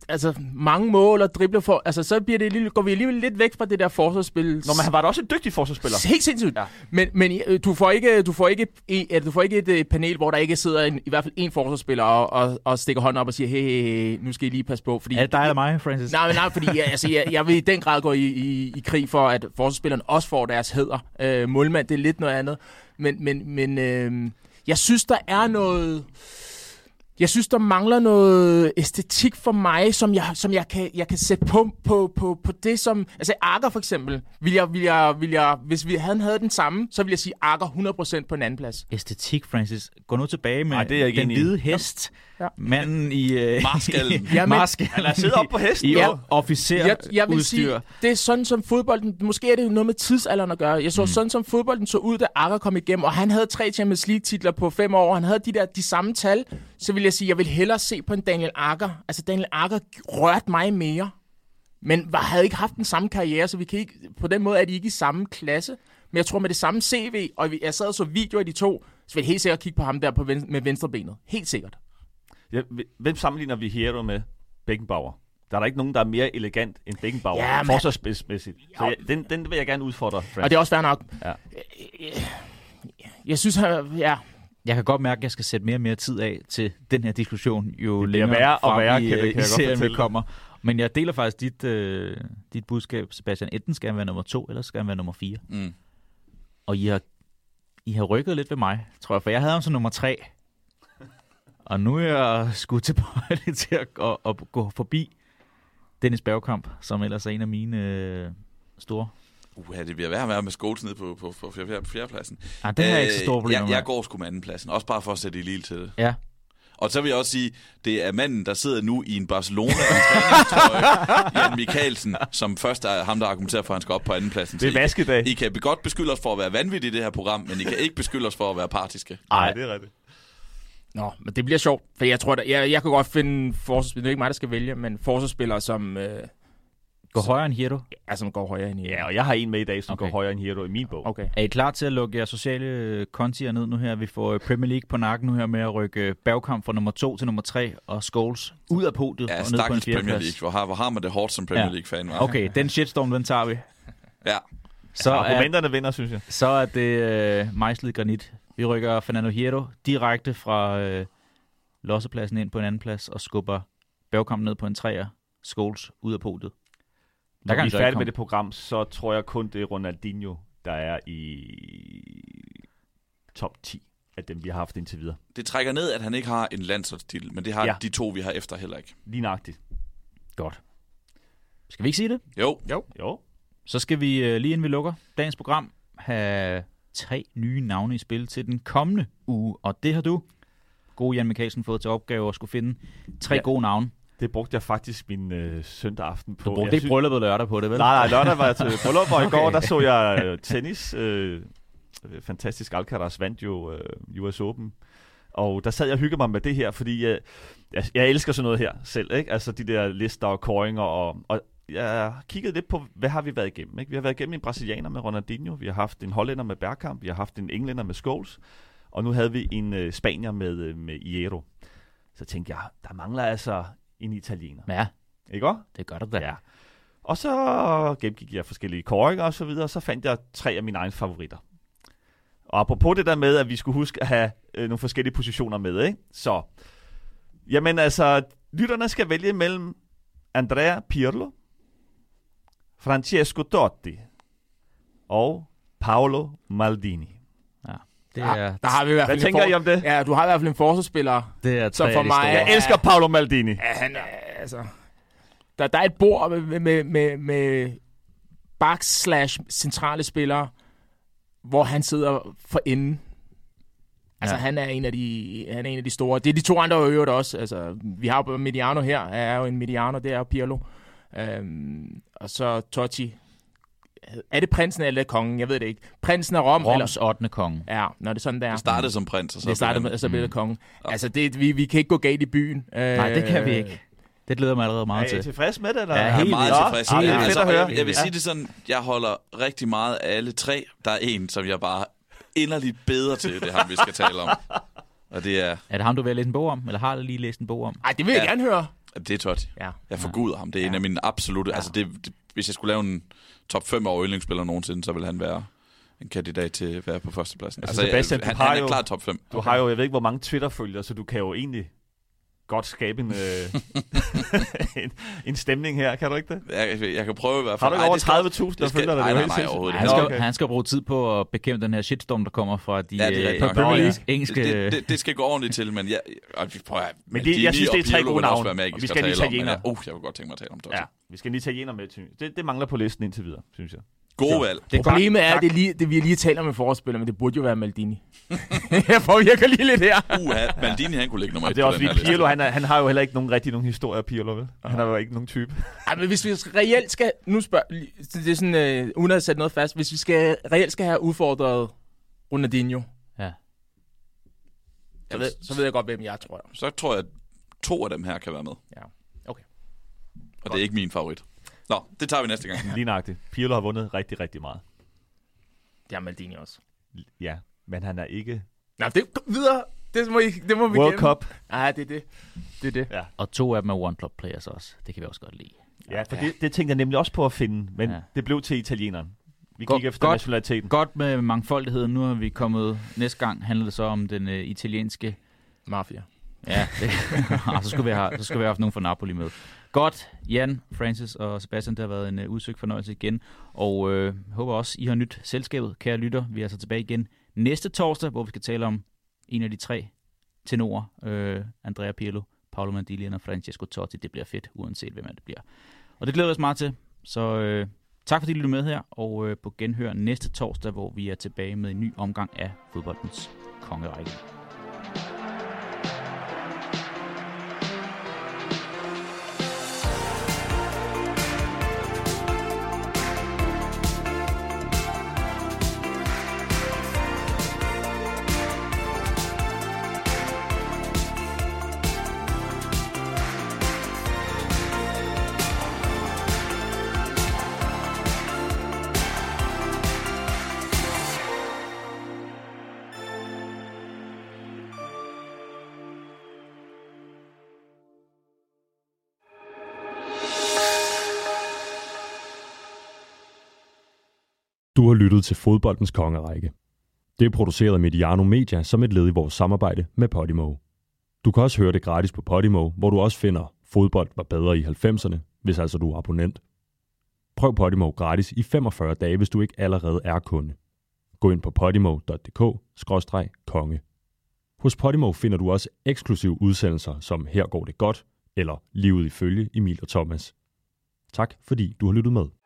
mange mål og dribler for, altså så bliver det går vi alligevel lidt væk fra det der forsvarsspil. Nå, men han var da også en dygtig forsvarsspiller. Helt sindssygt. Ja. Men du får ikke et panel, hvor der ikke sidder i hvert fald en forsvarsspiller og stikker hånden op og siger, hey, nu skal I lige passe på. Fordi, er det dig eller mig, Francis? Nej, fordi jeg vil i den grad gå i krig for, at forsvarsspillerne også får deres hæder. Målmand, det er lidt noget andet. Men jeg synes, der er noget... Jeg synes, der mangler noget æstetik for mig, som jeg kan sætte på det, som... Altså, Akker for eksempel, hvis han havde den samme, så ville jeg sige Akker 100% på en anden plads. Æstetik, Francis. Gå nu tilbage med den hvide hest. Ja. Manden i... Marskallen. Marskallen. Han sidder oppe på hesten. Jeg vil sige, det er sådan, som fodbolden... Måske er det noget med tidsalderen at gøre. Jeg så sådan, som fodbolden så ud, da Akker kom igennem, og han havde 3 Champions League-titler på 5 år, og han havde de samme tal, så vil jeg sige, jeg vil hellere se på en Daniel Akker. Altså, Daniel Akker rørte mig mere, men havde ikke haft den samme karriere, så vi kan ikke... På den måde er de ikke i samme klasse. Men jeg tror, med det samme CV, og jeg sad og så videoer af de to, så vil jeg helt sikkert kigge på ham der med venstrebenet. Helt sikkert. Ja, hvem sammenligner vi Hierro med Beckenbauer? Der er der ikke nogen, der er mere elegant end Beckenbauer, forsvarsmæssigt. Så den vil jeg gerne udfordre, Frank. Og det er også fair nok. Ja. Jeg synes, jeg kan godt mærke, at jeg skal sætte mere og mere tid af til den her diskussion, jo længere frem i serien vi kommer. Men jeg deler faktisk dit budskab, Sebastian. Enten skal han være nummer 2, eller skal han være nummer 4. Mm. Og I har rykket lidt ved mig, tror jeg, for jeg havde ham som nummer 3. Og nu er jeg skudt tilbage til at gå forbi Dennis Bergkamp, som ellers er en af mine store. Det bliver værd at være med Scholes nede på fjerdepladsen. Ja, det er ikke så store problemer. Jeg går sgu med andenpladsen, også bare for at sætte i lille til det. Ja. Og så vil jeg også sige, det er manden, der sidder nu i en Barcelona-træningstrøje, Jan Mikkelsen, som først er ham, der argumenterer for, at han skal op på andenpladsen. Det er vaskedag. I kan godt beskylde os for at være vanvittige i det her program, men I kan ikke beskylde os for at være partiske. Nej, det er rigtigt. Nå, men det bliver sjovt, for jeg tror, jeg kan godt finde forsvarsspillere, det er ikke mig, der skal vælge, men forsvarsspillere, som... går højere end Hierro? Ja, som går højere end Hierro. Ja, og jeg har en med i dag, som går højere end Hierro i min bog. Okay. Er I klar til at lukke jeres sociale kontier ned nu her? Vi får Premier League på nakken nu her med at rykke Bergkamp fra nummer 2 til nummer 3 og Scholes ud af podiet og ned på en 4. Premier League. Hvor har man det hårdt som Premier League-fan? Var? Okay, den shitstorm, den tager vi. Ja. Så argumenterne vinder, synes jeg. Så er det mejslet granit. Vi rykker Fernando Hierro direkte fra lossepladsen ind på en anden plads og skubber Bergkamp ned på en 3'er. Scholes ud af podiet. Når vi er færdige med det program, så tror jeg kun, det er Ronaldinho, der er i top 10 af dem, vi har haft indtil videre. Det trækker ned, at han ikke har en landsholdstitel, men det har de to, vi har efter heller ikke. Lige nøjagtigt. Godt. Skal vi ikke sige det? Jo. Så skal vi lige inden vi lukker dagens program have 3 nye navne i spil til den kommende uge, og det har du, gode Jan Mikkelsen, fået til opgave at skulle finde 3 gode navne. Det brugte jeg faktisk min søndag aften på. Du brugte ikke brylluppet lørdag på det, vel? Nej, lørdag var jeg til bryllup, og i går der så jeg tennis. Fantastisk. Alcaraz vandt jo US Open. Og der sad jeg og hyggede mig med det her, fordi jeg elsker sådan noget her selv, ikke? Altså de der lister og kåringer, og jeg kiggede lidt på, hvad har vi været igennem, ikke? Vi har været igennem en brasilianer med Ronaldinho, vi har haft en hollænder med Bergkamp, vi har haft en englænder med Scholes, og nu havde vi en spanier med Hierro. Så tænkte jeg, der mangler altså en italiener. Ja. Ikke også? Det gør det da. Ja. Og så gennemgik jeg forskellige kåringer og så videre, og så fandt jeg 3 af mine egne favoritter. Og apropos det der med, at vi skulle huske at have nogle forskellige positioner med, ikke? Så, jamen altså, lytterne skal vælge mellem Andrea Pirlo, Francesco Totti og Paolo Maldini. Ja. Det er, der har vi i hvert fald hvad tænker I om det? Ja, du har i hvert fald en forsvarsspiller. Det er så for mig. Jeg elsker Paolo Maldini. Ja, han er, altså... Der er et bord med bak/centrale spillere, hvor han sidder for enden. Altså, han er en af de store. Det er de 2 andre øvrigt også. Altså, vi har jo Mediano her. Er jo en Mediano, det er jo Pirlo. Og så Totti. Er det prinsen eller kongen? Jeg ved det ikke. Prinsen af Rom. Roms 8. konge. Ja, når det sådan der. Det startede som prins, og så blev det kongen. Altså, vi kan ikke gå galt i byen. Nej, det kan vi ikke. Det glæder mig allerede meget til. Er I tilfreds med det? Eller? Ja, jeg er meget tilfreds. Jeg vil sige det sådan, jeg holder rigtig meget af alle 3. Der er en, som jeg bare inderligt bedre til, det ham, vi skal tale om. Og det er... Er det ham, du vil læse en bog om? Eller har du lige læst en bog om? Nej, det vil jeg gerne høre. Det er Totti. Ja. Jeg forguder ham. Det er en af mine absolutte... Ja. Altså, hvis jeg skulle lave en top 5 over yndlingsspiller nogensinde, så vil han være en kandidat til at være på førstepladsen. Altså, Sebastian, han er klart top 5. Du har jo, jeg ved ikke, hvor mange Twitter-følgere, så du kan jo egentlig godt skabe en stemning her, kan du ikke det? Jeg kan prøve i hvert fald. Har du over 30.000, der følger dig? Nej, overhovedet ikke. Han skal bruge tid på at bekæmpe den her shitstorm, der kommer fra de engelske... Det skal gå ordentligt til, men jeg synes, det er 3 gode navne. Vi skal lige italienere. Jeg vil godt tænke mig at tale om Totti. Ja, vi skal lige italienere med. Det mangler på listen indtil videre, synes jeg. Gode valg. Problemet er, at det vi lige taler med forspiller, men det burde jo være Maldini. Jeg påvirker lige lidt her. Maldini, han kunne ligge nummer 1. Det er også fordi Pirlo, han har jo heller ikke nogen historie, Pirlo, vel? Han har jo ikke nogen type. Ej, men hvis vi reelt skal... Nu det er sådan, uden at sætte noget fast. Hvis vi reelt skal have udfordret Ronaldinho, så ved jeg godt, hvem jeg tror. Så tror jeg, at 2 af dem her kan være med. Ja, okay. Og det er ikke min favorit. Nå, det tager vi næste gang. Lige nøjagtigt. Pirlo har vundet rigtig, rigtig meget. Det har Maldini også. Ja, men han er ikke... Nej, det videre. Det må vi World Cup. Nej, det er det. Ja. Og 2 af dem er one-club players også. Det kan vi også godt lide. Ja, for det tænkte jeg nemlig også på at finde, men det blev til italieneren. Vi gik efter nationaliteten. Godt med mangfoldigheden. Nu har vi kommet... Næste gang handler det så om den italienske... Mafia. Ja, så skulle vi have haft nogen fra Napoli med. Godt, Jan, Francis og Sebastian, det har været en udsøgt fornøjelse igen. Og håber også, I har nyt selskabet, kære lytter. Vi er så tilbage igen næste torsdag, hvor vi skal tale om en af de 3 tenorer. Andrea Pirlo, Paolo Maldini og Francesco Totti. Det bliver fedt, uanset hvem det bliver. Og det glæder vi os meget til. Så tak fordi I lyttede med her, og på genhør næste torsdag, hvor vi er tilbage med en ny omgang af fodboldens kongerække. Du har lyttet til Fodboldens Kongerække. Det er produceret af Mediano Media som et led i vores samarbejde med Podimo. Du kan også høre det gratis på Podimo, hvor du også finder Fodbold var bedre i 90'erne, hvis altså du er abonnent. Prøv Podimo gratis i 45 dage, hvis du ikke allerede er kunde. Gå ind på podimo.dk/konge. Hos Podimo finder du også eksklusive udsendelser som Her går det godt, eller Livet ifølge Emil og Thomas. Tak fordi du har lyttet med.